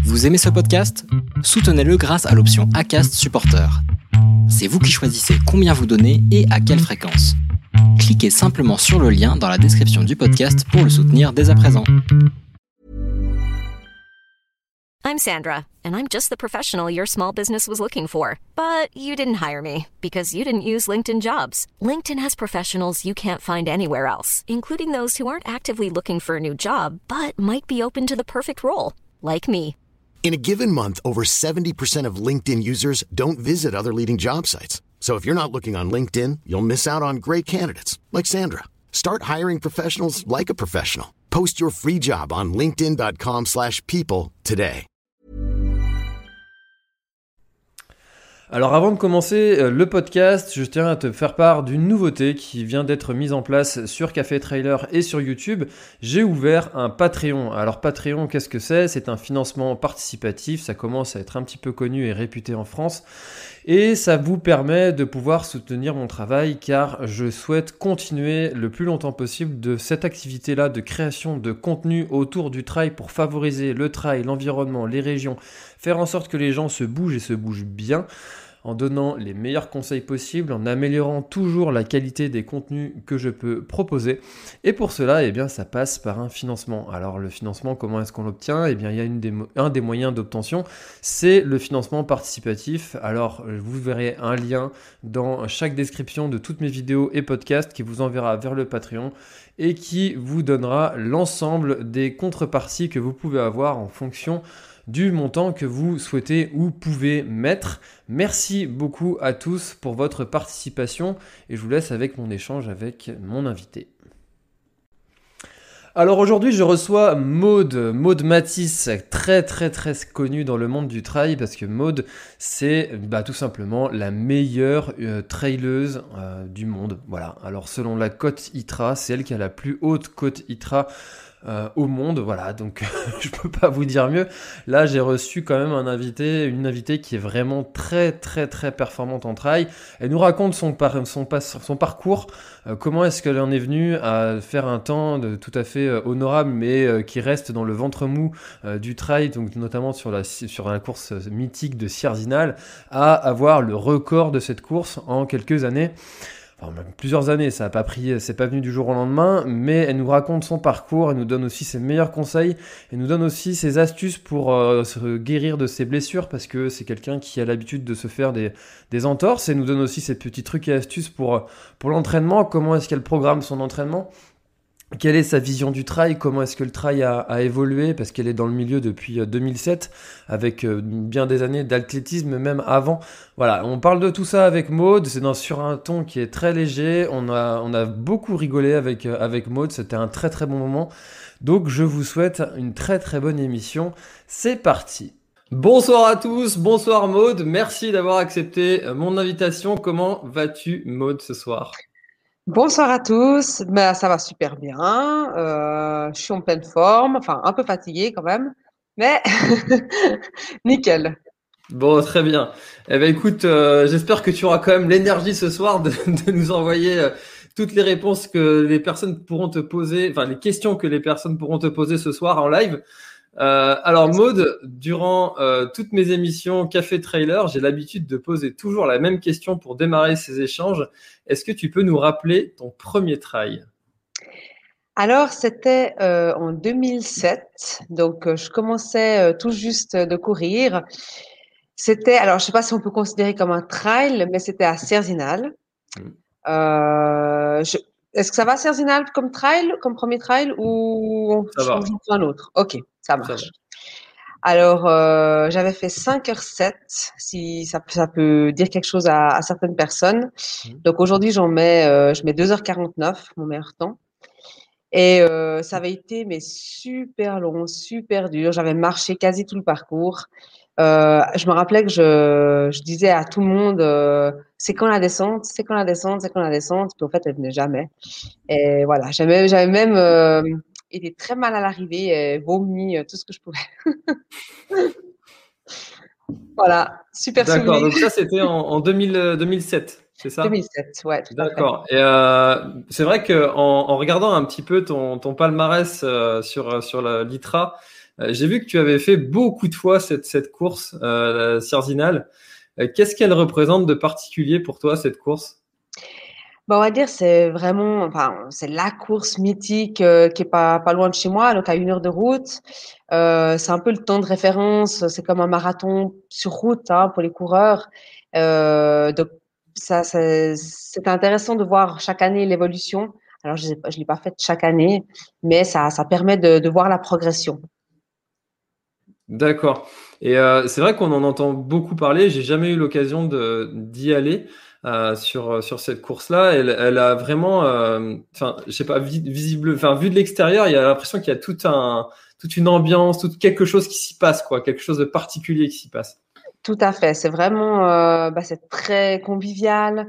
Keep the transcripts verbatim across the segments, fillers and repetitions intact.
Vous aimez ce podcast ? Soutenez-le grâce à l'option Acast Supporter. C'est vous qui choisissez combien vous donnez et à quelle fréquence. Cliquez simplement sur le lien dans la description du podcast pour le soutenir dès à présent. I'm Sandra, and I'm just the professional your small business was looking for. But you didn't hire me because you didn't use LinkedIn Jobs. LinkedIn has professionals you can't find anywhere else, including those who aren't actively looking for a new job, but might be open to the perfect role, like me. In a given month, over seventy percent of LinkedIn users don't visit other leading job sites. So if you're not looking on LinkedIn, you'll miss out on great candidates like Sandra. Start hiring professionals like a professional. Post your free job on linkedin.com slash people today. Alors avant de commencer le podcast, je tiens à te faire part d'une nouveauté qui vient d'être mise en place sur Café Trailer et sur YouTube. J'ai ouvert un Patreon. Alors Patreon, qu'est-ce que c'est ? C'est un financement participatif, ça commence à être un petit peu connu et réputé en France. Et ça vous permet de pouvoir soutenir mon travail car je souhaite continuer le plus longtemps possible de cette activité-là de création de contenu autour du trail pour favoriser le trail, l'environnement, les régions, faire en sorte que les gens se bougent et se bougent bien en donnant les meilleurs conseils possibles, en améliorant toujours la qualité des contenus que je peux proposer. Et pour cela, eh bien, ça passe par un financement. Alors le financement, comment est-ce qu'on l'obtient ? Eh bien, il y a une des mo- un des moyens d'obtention, c'est le financement participatif. Alors vous verrez un lien dans chaque description de toutes mes vidéos et podcasts qui vous enverra vers le Patreon et qui vous donnera l'ensemble des contreparties que vous pouvez avoir en fonction du montant que vous souhaitez ou pouvez mettre. Merci beaucoup à tous pour votre participation et je vous laisse avec mon échange avec mon invité. Alors aujourd'hui, je reçois Maude, Maude Matisse, très très très connue dans le monde du trail parce que Maude, c'est bah, tout simplement la meilleure euh, traileuse euh, du monde. Voilà. Alors selon la cote I T R A, c'est elle qui a la plus haute cote I T R A Euh, au monde, voilà, donc je peux pas vous dire mieux. Là, j'ai reçu quand même un invité, une invitée qui est vraiment très très très performante en trail. Elle nous raconte son, par, son, pas, son parcours, euh, comment est-ce qu'elle en est venue à faire un temps de, tout à fait euh, honorable, mais euh, qui reste dans le ventre mou euh, du trail, donc notamment sur la, sur la course mythique de Sierzinal, à avoir le record de cette course en quelques années. Enfin, même plusieurs années, ça n'a pas pris, c'est pas venu du jour au lendemain, mais elle nous raconte son parcours, elle nous donne aussi ses meilleurs conseils, elle nous donne aussi ses astuces pour euh, se guérir de ses blessures, parce que c'est quelqu'un qui a l'habitude de se faire des, des entorses, elle nous donne aussi ses petits trucs et astuces pour, pour l'entraînement, comment est-ce qu'elle programme son entraînement. Quelle est sa vision du trail ? Comment est-ce que le trail a, a évolué ? Parce qu'elle est dans le milieu depuis deux mille sept, avec euh, bien des années d'athlétisme, même avant. Voilà, on parle de tout ça avec Maude, c'est dans, sur un ton qui est très léger. On a, on a beaucoup rigolé avec, euh, avec Maude, c'était un très très bon moment. Donc je vous souhaite une très très bonne émission. C'est parti. Bonsoir à tous, bonsoir Maude, merci d'avoir accepté mon invitation. Comment vas-tu Maude ce soir ? Bonsoir à tous, ben, ça va super bien, euh, je suis en pleine forme, enfin un peu fatiguée quand même, mais nickel. Bon, très bien. Eh ben écoute, euh, j'espère que tu auras quand même l'énergie ce soir de, de nous envoyer euh, toutes les réponses que les personnes pourront te poser, enfin les questions que les personnes pourront te poser ce soir en live. Euh, alors Maude, durant euh, toutes mes émissions Café Trailer, j'ai l'habitude de poser toujours la même question pour démarrer ces échanges. Est-ce que tu peux nous rappeler ton premier trail ? Alors c'était euh, en deux mille sept, donc euh, je commençais euh, tout juste de courir. C'était, alors je sais pas si on peut considérer comme un trail, mais c'était à Sierzinal. Mmh. Euh, je, est-ce que ça va Sierzinal comme trail, comme premier trail, ou on change un autre ? Ok, ça marche. Ça va. Alors, euh, j'avais fait cinq heures sept, si ça, ça peut dire quelque chose à, à certaines personnes. Mmh. Donc aujourd'hui, j'en mets, euh, je mets deux heures quarante-neuf, mon meilleur temps. Et euh, ça avait été mais super long, super dur. J'avais marché quasi tout le parcours. Euh, je me rappelais que je, je disais à tout le monde, euh, c'est quand la descente, c'est quand la descente, c'est quand la descente. Puis en fait, elle venait jamais. Et voilà, j'avais, j'avais même euh, été très mal à l'arrivée et vomi tout ce que je pouvais. Voilà, super souvenir. D'accord, donc ça c'était en, en deux mille, deux mille sept, c'est ça ? deux mille sept, ouais. Tout D'accord. Et euh, c'est vrai que en, en regardant un petit peu ton, ton palmarès euh, sur sur l'I T R A, Euh, j'ai vu que tu avais fait beaucoup de fois cette, cette course, euh, la Sierzinal. Euh, qu'est-ce qu'elle représente de particulier pour toi, cette course? Bon, on va dire c'est vraiment, enfin, c'est la course mythique euh, qui est pas pas loin de chez moi, donc à une heure de route. Euh, c'est un peu le temps de référence. C'est comme un marathon sur route hein, pour les coureurs. Euh, donc ça, c'est c'est intéressant de voir chaque année l'évolution. Alors je ne l'ai pas faite chaque année, mais ça ça permet de de voir la progression. D'accord. Et euh, c'est vrai qu'on en entend beaucoup parler. J'ai jamais eu l'occasion de d'y aller euh, sur sur cette course-là. Elle, elle a vraiment, euh, enfin, je sais pas, vi- visible, enfin, vu de l'extérieur, il y a l'impression qu'il y a tout un, toute une ambiance, tout quelque chose qui s'y passe, quoi, quelque chose de particulier qui s'y passe. Tout à fait. C'est vraiment, euh, bah, c'est très convivial.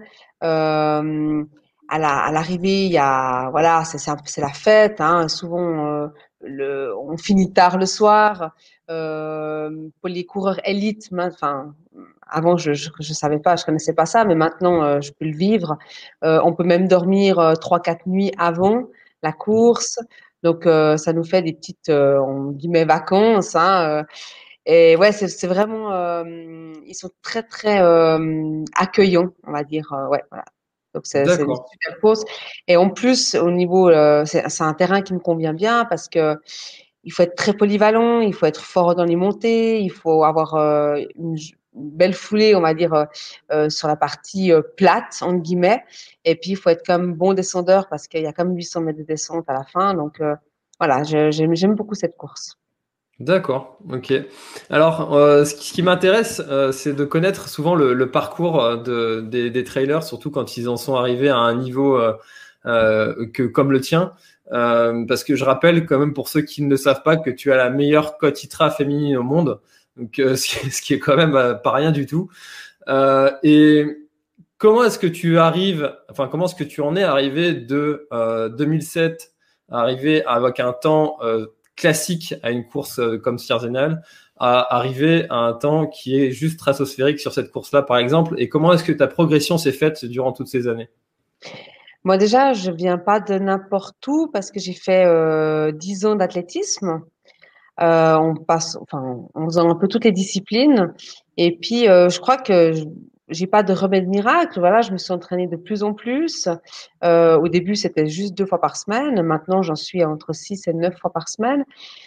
Euh, à la, à l'arrivée, il y a, voilà, c'est, c'est un peu, c'est la fête, hein. Souvent, euh, le, on finit tard le soir. Euh, pour les coureurs élites, ma- enfin, avant, je, je, je savais pas, je connaissais pas ça, mais maintenant, euh, je peux le vivre. Euh, on peut même dormir euh, trois, quatre nuits avant la course. Donc, euh, ça nous fait des petites, euh, on guillemets, vacances, hein. euh, et ouais, c'est c'est vraiment, euh, ils sont très très euh, accueillants, on va dire. euh, ouais, voilà. Donc c'est c'est une D'accord. super course. Et en plus, au niveau, euh, c'est c'est un terrain qui me convient bien parce que il faut être très polyvalent, il faut être fort dans les montées, il faut avoir euh, une, j- une belle foulée, on va dire, euh, euh, sur la partie euh, plate entre guillemets. Et puis il faut être comme bon descendeur parce qu'il y a comme huit cents mètres de descente à la fin. Donc euh, voilà, je- j'aime j'aime beaucoup cette course. D'accord, ok. Alors, euh, ce qui, ce qui m'intéresse, euh, c'est de connaître souvent le, le parcours euh, de, des, des trailers, surtout quand ils en sont arrivés à un niveau euh, euh, que comme le tien. Euh, parce que je rappelle quand même pour ceux qui ne le savent pas que tu as la meilleure cote I T R A féminine au monde, donc euh, ce, qui, ce qui est quand même euh, pas rien du tout. Euh, et comment est-ce que tu arrives, enfin comment est-ce que tu en es arrivé de euh, deux mille sept, arrivé avec un temps euh, classique à une course euh, comme Sierzinal, à arriver à un temps qui est juste stratosphérique sur cette course-là, par exemple, et comment est-ce que ta progression s'est faite durant toutes ces années? Moi déjà, je viens pas de n'importe où parce que j'ai fait euh, dix ans d'athlétisme. Euh, on passe, enfin, en faisant un peu toutes les disciplines. Et puis, euh, je crois que je- j'ai pas de remède miracle. Voilà, je me suis entraînée de plus en plus. Euh, au début, c'était juste deux fois par semaine. Maintenant, j'en suis à entre six et neuf fois par semaine.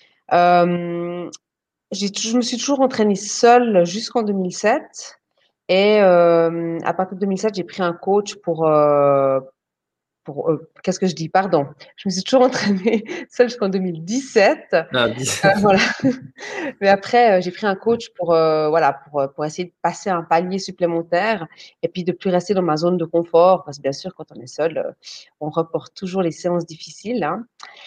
Euh, j'ai, tou- je me suis toujours entraînée seule jusqu'en deux mille sept. Et euh, à partir de deux mille sept, j'ai pris un coach pour euh, pour euh, qu'est-ce que je dis? Pardon. Je me suis toujours entraînée seule jusqu'en deux mille dix-sept. Euh, Ah, dix. voilà. Mais après, euh, j'ai pris un coach pour euh, voilà pour euh, pour essayer de passer un palier supplémentaire et puis de plus rester dans ma zone de confort parce que bien sûr, quand on est seul, euh, on reporte toujours les séances difficiles, hein.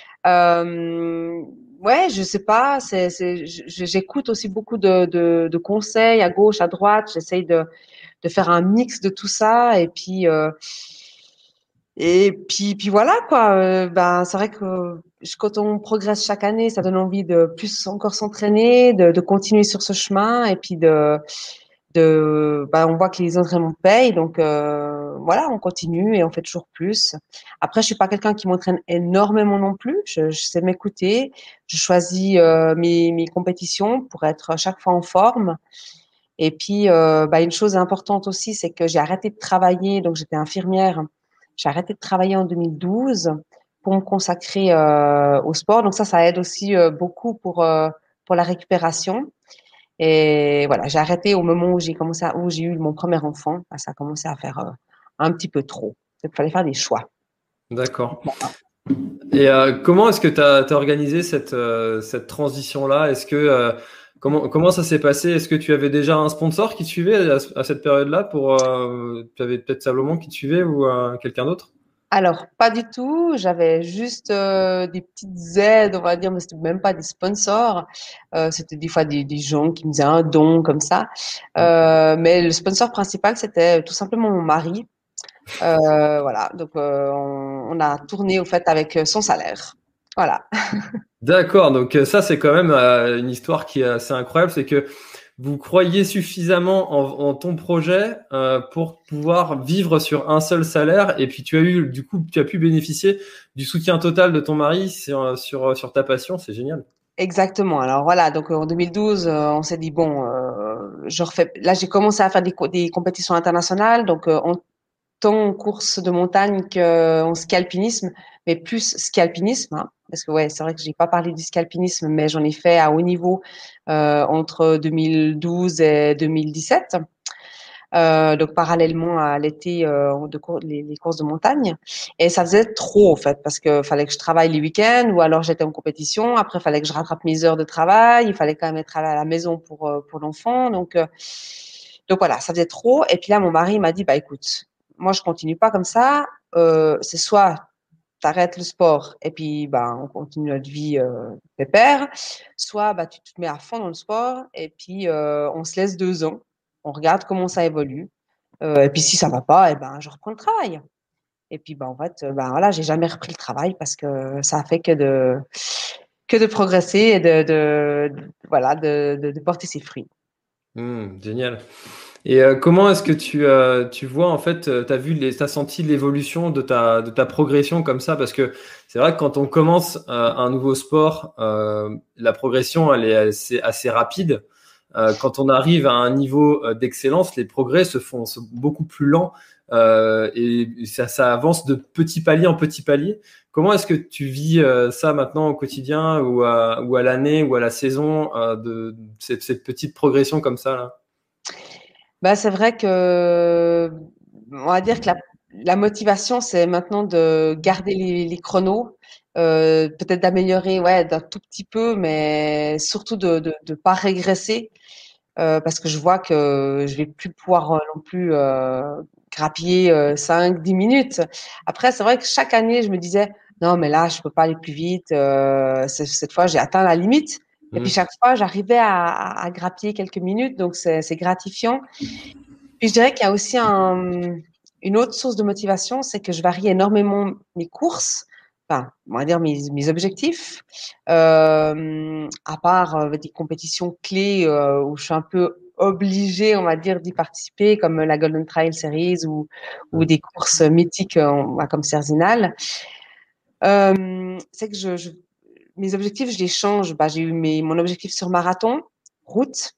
Euh, ouais, je sais pas. C'est, c'est, je- j'écoute aussi beaucoup de, de, de conseils à gauche, à droite. J'essaye de de faire un mix de tout ça et puis euh, et puis, puis voilà quoi. Euh, ben, c'est vrai que je- quand on progresse chaque année, ça donne envie de plus encore s'entraîner, de, de continuer sur ce chemin et puis de, de, ben, on voit que les entraînements payent, donc euh, voilà, on continue et on fait toujours plus. Après, je suis pas quelqu'un qui m'entraîne énormément non plus. Je, je sais m'écouter. Je choisis euh, mes, mes compétitions pour être à chaque fois en forme. Et puis, euh, bah, une chose importante aussi, c'est que j'ai arrêté de travailler. Donc, j'étais infirmière. J'ai arrêté de travailler en deux mille douze pour me consacrer euh, au sport. Donc, ça, ça aide aussi euh, beaucoup pour euh, pour la récupération. Et voilà, j'ai arrêté au moment où j'ai commencé à, où j'ai eu mon premier enfant. Bah, ça a commencé à faire euh, un petit peu trop. Il fallait faire des choix. D'accord. Et euh, comment est-ce que tu as organisé cette, euh, cette transition-là? Est-ce que euh, comment, comment ça s'est passé? Est-ce que tu avais déjà un sponsor qui te suivait à, à cette période-là pour euh, tu avais peut-être Salomon qui te suivait ou euh, quelqu'un d'autre? Alors, pas du tout. J'avais juste euh, des petites aides, on va dire, mais c'était même pas des sponsors. Euh, c'était des fois des, des gens qui me faisaient un don comme ça. Euh, mais le sponsor principal, c'était tout simplement mon mari. Euh, voilà. Donc, euh, on, on a tourné au fait avec son salaire. Voilà. D'accord, donc euh, ça c'est quand même euh, une histoire qui est assez incroyable, c'est que vous croyez suffisamment en, en ton projet euh, pour pouvoir vivre sur un seul salaire et puis tu as eu du coup tu as pu bénéficier du soutien total de ton mari sur sur, sur ta passion, c'est génial. Exactement. Alors voilà, donc en deux mille douze, euh, on s'est dit bon, euh, je refais. Là, j'ai commencé à faire des, co- des compétitions internationales, donc euh, tant en course de montagne qu'en ski alpinisme, mais plus ski alpinisme, hein, parce que ouais, c'est vrai que j'ai pas parlé du ski alpinisme, mais j'en ai fait à haut niveau euh, entre deux mille douze et deux mille dix-sept. Euh, donc parallèlement à l'été euh, de cour- les, les courses de montagne, et ça faisait trop en fait parce que fallait que je travaille les week-ends ou alors j'étais en compétition, après fallait que je rattrape mes heures de travail, il fallait quand même être à la, à la maison pour euh, pour l'enfant, donc euh, donc voilà, ça faisait trop. Et puis là mon mari m'a dit bah écoute, moi je continue pas comme ça, euh, c'est soit t'arrêtes le sport et puis bah on continue notre vie euh, pépère, soit bah tu te mets à fond dans le sport et puis euh, on se laisse deux ans, on regarde comment ça évolue. Euh, et puis si ça va pas, et ben je reprends le travail. Et puis bah en fait, euh, ben voilà, j'ai jamais repris le travail parce que ça a fait que de que de progresser et de, de, de- voilà de, de, de porter ses fruits. Hmm, génial. Et euh, comment est-ce que tu, euh, tu vois, en fait, tu as vu les, t'as senti l'évolution de ta, de ta progression comme ça? Parce que c'est vrai que quand on commence euh, un nouveau sport, euh, la progression, elle est assez, assez rapide. Euh, quand on arrive à un niveau euh, d'excellence, les progrès se font se- beaucoup plus lents euh, et ça, ça avance de petit palier en petit palier. Comment est-ce que tu vis euh, ça maintenant au quotidien ou à, ou à l'année ou à la saison euh, de cette, cette petite progression comme ça là? Bah c'est vrai que on va dire que la, la motivation c'est maintenant de garder les, les chronos, euh, peut-être d'améliorer ouais d'un tout petit peu, mais surtout de de, de pas régresser. Euh, parce que je vois que je vais plus pouvoir euh, non plus euh, grappiller euh, cinq, dix minutes. Après, c'est vrai que chaque année, je me disais, non, mais là, je peux pas aller plus vite. Euh, c- cette fois, j'ai atteint la limite. Et puis Hmm. chaque fois, j'arrivais à, à, à grappiller quelques minutes, donc c'est c'est gratifiant. Puis je dirais qu'il y a aussi un, une autre source de motivation, c'est que je varie énormément mes courses, enfin, on va dire mes, mes objectifs, euh, à part euh, des compétitions clés euh, où je suis un peu obligée, on va dire, d'y participer, comme la Golden Trail Series ou, ou des courses mythiques euh, comme Cerzinal. Euh, c'est que je, je, mes objectifs, je les change. Bah, j'ai eu mes, mon objectif sur marathon, route.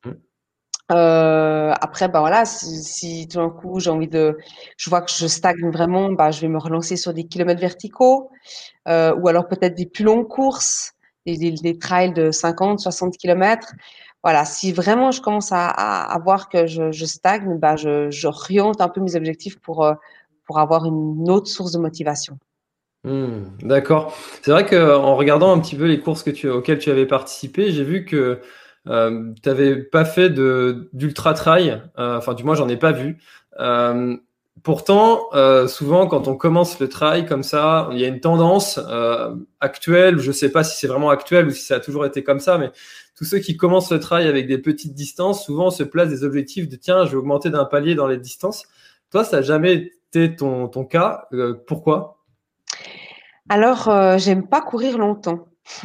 Euh, après, bah voilà, si, si tout d'un coup j'ai envie de, je vois que je stagne vraiment, bah je vais me relancer sur des kilomètres verticaux, euh, ou alors peut-être des plus longues courses, des, des, des trails de cinquante, soixante kilomètres. Voilà, si vraiment je commence à, à, à voir que je, je stagne, bah je, je oriente un peu mes objectifs pour euh, pour avoir une autre source de motivation. Hmm, d'accord. C'est vrai que en regardant un petit peu les courses que tu, auxquelles tu avais participé, j'ai vu que euh, tu n'avais pas fait de d'ultra trail. Euh, enfin, du moins, j'en ai pas vu. Euh, pourtant, euh, souvent, quand on commence le trail comme ça, il y a une tendance euh, actuelle. Je sais pas si c'est vraiment actuel ou si ça a toujours été comme ça, mais tous ceux qui commencent le trail avec des petites distances, souvent se placent des objectifs de tiens, je vais augmenter d'un palier dans les distances. Toi, ça n'a jamais été ton ton cas. Euh, pourquoi? Alors, euh, j'aime pas courir longtemps.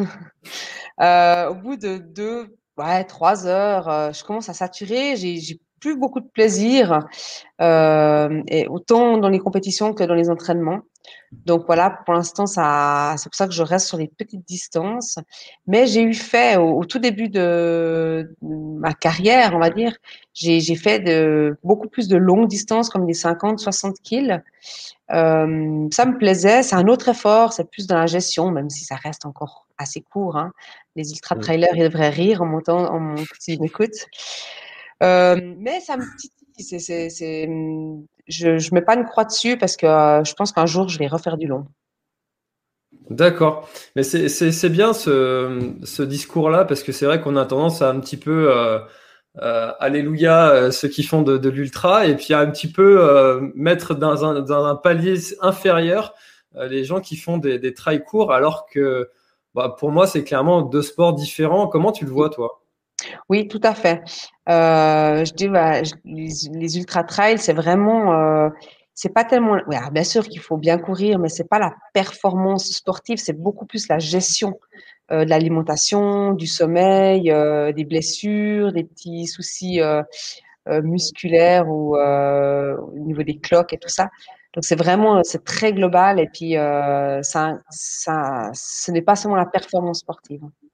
Euh, au bout de deux, ouais, trois heures, euh, je commence à saturer. J'ai, j'ai plus beaucoup de plaisir, euh, et autant dans les compétitions que dans les entraînements. Donc voilà, pour l'instant, ça, c'est pour ça que je reste sur les petites distances. Mais j'ai eu fait au, au tout début de ma carrière, on va dire, j'ai, j'ai fait de beaucoup plus de longues distances, comme des cinquante, soixante kills. Euh, ça me plaisait. C'est un autre effort, c'est plus dans la gestion, même si ça reste encore assez court, hein. Les ultra-trailers, ils devraient rire en montant, en mon, s'ils m'écoutent. Euh, mais ça me titille. C'est, c'est, c'est, je, je mets pas une croix dessus parce que euh, je pense qu'un jour, je vais refaire du long. D'accord. Mais c'est c'est c'est bien ce ce discours-là parce que c'est vrai qu'on a tendance à un petit peu euh, euh, alléluia euh, ceux qui font de de l'ultra et puis à un petit peu euh, mettre dans un dans un palier inférieur euh, les gens qui font des des trails courts alors que bah pour moi c'est clairement deux sports différents. Comment tu le vois toi? Oui, tout à fait. Euh, je dis, bah, je- les, les ultra trails, c'est vraiment, euh, c'est pas tellement. Ouais, alors bien sûr qu'il faut bien courir, mais c'est pas la performance sportive, c'est beaucoup plus la gestion euh, de l'alimentation, du sommeil, euh, des blessures, des petits soucis euh, euh, musculaires ou euh, au niveau des cloques et tout ça. Donc c'est vraiment, c'est très global et puis euh, ça, ça, ce n'est pas seulement la performance sportive.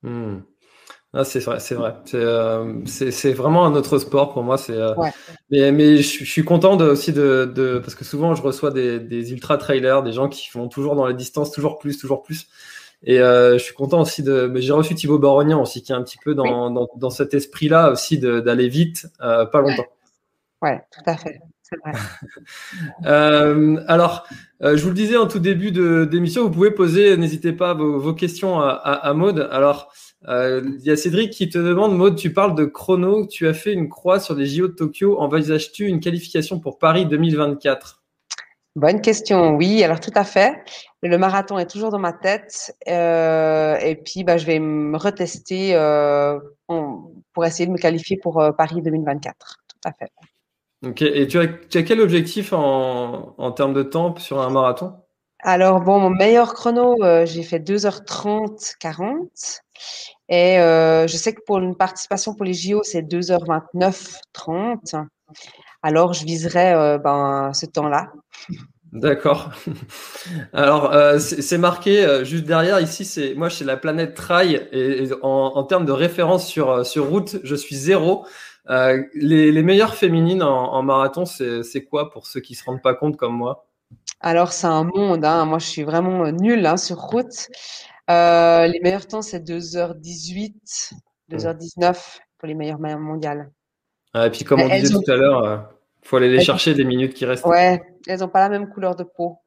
Mmh. Ah, c'est vrai, c'est vrai. C'est, euh, c'est, c'est vraiment un autre sport pour moi. C'est, euh, Ouais. mais, mais je, je suis content de, aussi de, de, parce que souvent je reçois des, des ultra trailers, des gens qui font toujours dans la distance, toujours plus, toujours plus. Et euh, je suis content aussi de. Mais j'ai reçu Thibaut Barognan aussi, qui est un petit peu Oui. dans, dans, dans cet esprit-là aussi de, d'aller vite, euh, pas longtemps. Ouais, tout à fait. C'est vrai. Euh, alors, euh, je vous le disais en tout début de d'émission, vous pouvez poser, n'hésitez pas, vos, vos questions à, à, à Maud. Alors, euh, il y a Cédric qui te demande, Maud, tu parles de chrono, tu as fait une croix sur les J O de Tokyo, envisages-tu une qualification pour Paris deux mille vingt-quatre? Bonne question. Oui, alors tout à fait. Le marathon est toujours dans ma tête. Euh, et puis, bah, je vais me retester euh, en- pour essayer de me qualifier pour euh, Paris deux mille vingt-quatre. Tout à fait. Ok, et tu as, tu as quel objectif en, en termes de temps sur un marathon? Alors, bon, mon meilleur chrono, euh, j'ai fait deux heures trente quarante. Et euh, je sais que pour une participation pour les J O, c'est deux heures vingt-neuf trente. Alors, je viserais euh, ben, ce temps-là. D'accord. Alors, euh, c'est c'est marqué euh, juste derrière ici. C'est moi, c'est la planète Trail et, et en, en termes de référence sur euh, sur route, je suis zéro. Euh, les, les meilleures féminines en, en marathon, c'est c'est quoi pour ceux qui se rendent pas compte comme moi? Alors, c'est un monde, hein. Moi, je suis vraiment euh, nulle hein, sur route. Euh, les meilleurs temps, c'est deux heures dix-huit, Hmm. deux heures dix-neuf pour les meilleures meilleures mondiales. Ah, et puis comme Mais on disait elles ont, tout à l'heure, euh, faut aller les elles chercher des minutes qui ont- restent. ouais, elles ont pas la même couleur de peau.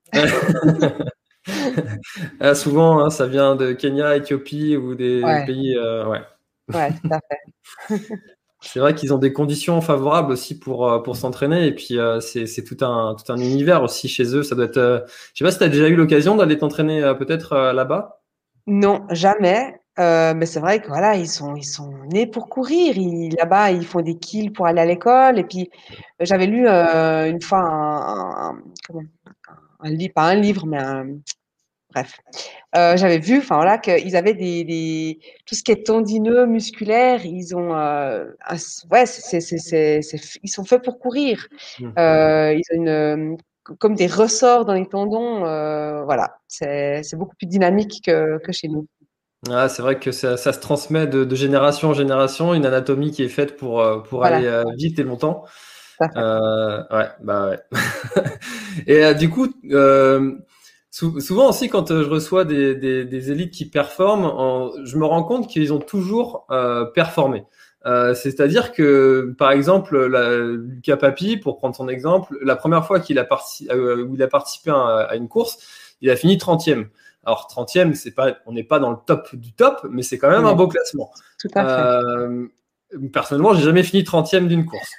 Ah, souvent, hein, ça vient de Kenya, Éthiopie ou des Ouais, pays. Euh, ouais. ouais, tout à fait. C'est vrai qu'ils ont des conditions favorables aussi pour euh, pour s'entraîner et puis euh, c'est c'est tout un tout un univers aussi chez eux. Ça doit être. Euh, je sais pas si tu as déjà eu l'occasion d'aller t'entraîner euh, peut-être euh, là-bas. Non, jamais. Euh, mais c'est vrai que voilà, ils sont, ils sont nés pour courir. Ils, là-bas, ils font des kills pour aller à l'école. Et puis, euh, j'avais lu euh, une fois un, un- comment, un livre, pas un livre, mais un, bref. Euh, j'avais vu, enfin voilà, qu'ils avaient des, des, tout ce qui est tendineux, musculaire, ils ont, euh, un- ouais, c'est, c'est, c'est, c'est- ils sont faits pour courir. Hmm. Euh, ils ont une, comme des ressorts dans les tendons, euh, voilà. C'est, c'est beaucoup plus dynamique que, que chez nous. Ah, c'est vrai que ça, ça se transmet de, de génération en génération, une anatomie qui est faite pour euh, pour Voilà, aller euh, vite et longtemps. tout à fait. Euh, ouais, bah ouais. Et euh, du coup, euh, sou- souvent aussi quand euh, je reçois des, des, des élites qui performent, en- je me rends compte qu'ils ont toujours euh, performé. Euh, c'est-à-dire que, par exemple, la, Lucas Papi, pour prendre son exemple, la première fois qu'il a, parti, euh, où il a participé à, à une course, il a fini trentième. Alors trentième, c'est pas, on n'est pas dans le top du top, mais c'est quand même un Ouais, beau classement. tout à fait. Euh, Personnellement, j'ai jamais fini trentième d'une course.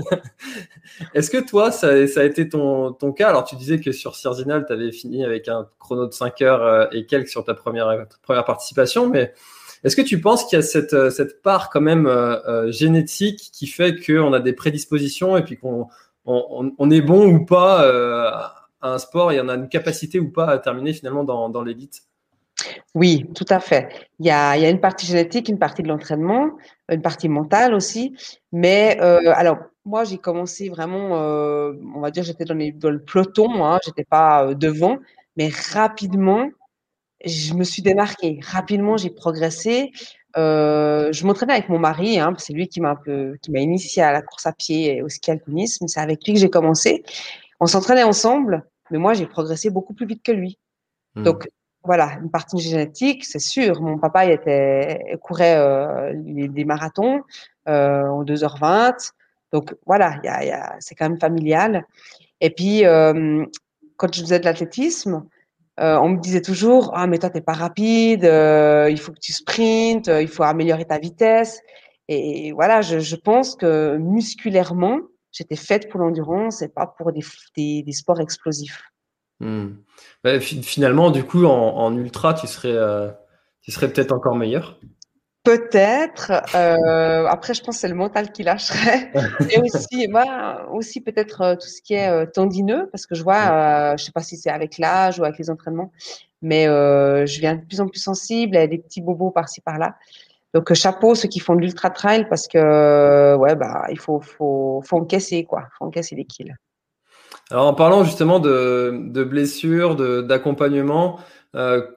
Est-ce que toi, ça, ça a été ton, ton cas? Alors, tu disais que sur Cirzinal, tu avais fini avec un chrono de cinq heures euh, et quelques sur ta première, ta première participation, mais est-ce que tu penses qu'il y a cette, euh, cette part quand même euh, euh, génétique qui fait qu'on a des prédispositions et puis qu'on on, on est bon ou pas euh, à un sport et on a une capacité ou pas à terminer finalement dans, dans l'élite? Oui, tout à fait. Il y a, il y a une partie génétique, une partie de l'entraînement, une partie mentale aussi. Mais euh, alors, moi, j'ai commencé vraiment, euh, on va dire, j'étais dans, les- dans le peloton, hein, j'étais pas euh, devant, mais rapidement, je me suis démarquée. Rapidement, j'ai progressé. Euh, je m'entraînais avec mon mari, hein, c'est lui qui m'a un peu, qui m'a initié à la course à pied et au ski alpinisme. C'est avec lui que j'ai commencé. On s'entraînait ensemble, mais moi, j'ai progressé beaucoup plus vite que lui. Hmm. Donc, voilà, une partie génétique, c'est sûr. Mon papa, il était, courait euh, les- des marathons euh, en deux heures vingt. Donc, voilà, il y a, il y a, c'est quand même familial. Et puis, euh, quand je faisais de l'athlétisme, euh, on me disait toujours, ah, mais toi, t'es pas rapide, euh, il faut que tu sprintes, euh, il faut améliorer ta vitesse. Et, voilà, je, je pense que musculairement, j'étais faite pour l'endurance et pas pour des, des, des sports explosifs. Hmm. Ouais, fi- finalement, du coup, en, en ultra, tu serais, euh, tu serais peut-être encore meilleur. Peut-être. Euh, après, je pense que c'est le mental qui lâcherait. Et aussi, moi, aussi peut-être euh, tout ce qui est euh, tendineux, parce que je vois, euh, je sais pas si c'est avec l'âge ou avec les entraînements, mais euh, je viens de plus en plus sensible, il y a des petits bobos par-ci par-là. Donc euh, chapeau ceux qui font de l'ultra trail, parce que euh, ouais, bah il faut faut faut encaisser quoi, faut encaisser les kills. Alors, en parlant justement de, de blessures, de, d'accompagnement, euh,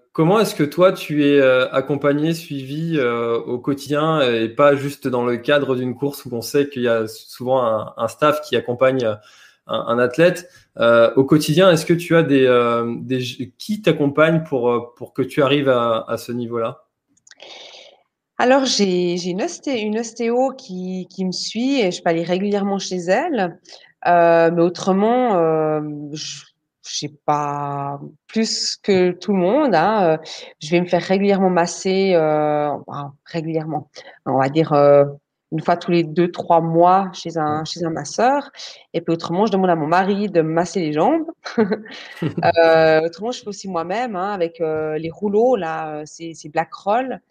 comment est-ce que toi, tu es euh, accompagné, suivi euh, au quotidien et pas juste dans le cadre d'une course où on sait qu'il y a souvent un, un staff qui accompagne un, un athlète. Euh, au quotidien, est-ce que tu as des, euh, des qui t'accompagne pour, pour que tu arrives à, à ce niveau-là? Alors, j'ai, j'ai une osté, une ostéo qui, qui me suit et je peux aller régulièrement chez elle. Euh, mais autrement, euh, je j'ai pas plus que tout le monde, hein. Euh, Je vais me faire régulièrement masser, euh, enfin, régulièrement, on va dire euh, une fois tous les deux, trois mois chez un, chez un masseur. Et puis autrement, je demande à mon mari de me masser les jambes. Euh, autrement, je fais aussi moi-même, hein, avec euh, les rouleaux, là, euh, c'est, c'est Black Roll.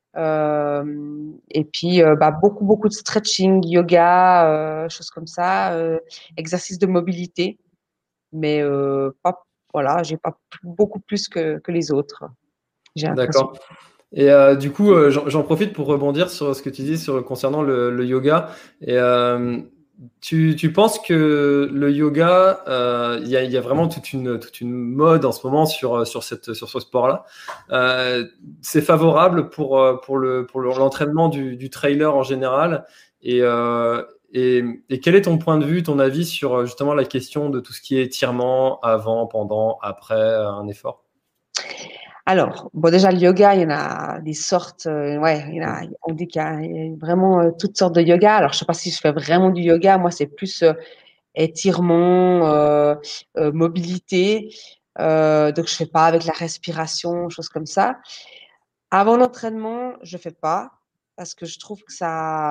Euh, et puis, euh, bah, beaucoup, beaucoup de stretching, yoga, euh, choses comme ça, euh, exercices de mobilité. Mais euh, pas, voilà, j'ai pas p- beaucoup plus que, que les autres, j'ai l'impression. D'accord. Et euh, du coup, euh, j'en j'en profite pour rebondir sur ce que tu dis sur, concernant le, le yoga. Et euh, tu, tu penses que le yoga, euh, il y a, il y a vraiment toute une, toute une mode en ce moment sur, sur, cette, sur ce sport-là. Euh, c'est favorable pour, euh, pour, le, pour le- l'entraînement du, du trailer en général. Et, euh, et, et quel est ton point de vue, ton avis sur justement la question de tout ce qui est étirement avant, pendant, après euh, un effort? Alors, bon, déjà, le yoga, il y en a des sortes, euh, ouais, il y en a, on dit qu'il y a, il y a vraiment euh, toutes sortes de yoga. Alors, je sais pas si je fais vraiment du yoga. Moi, c'est plus euh, étirement, euh, euh, mobilité. Euh, donc, je fais pas avec la respiration, choses comme ça. Avant l'entraînement, je fais pas parce que je trouve que ça,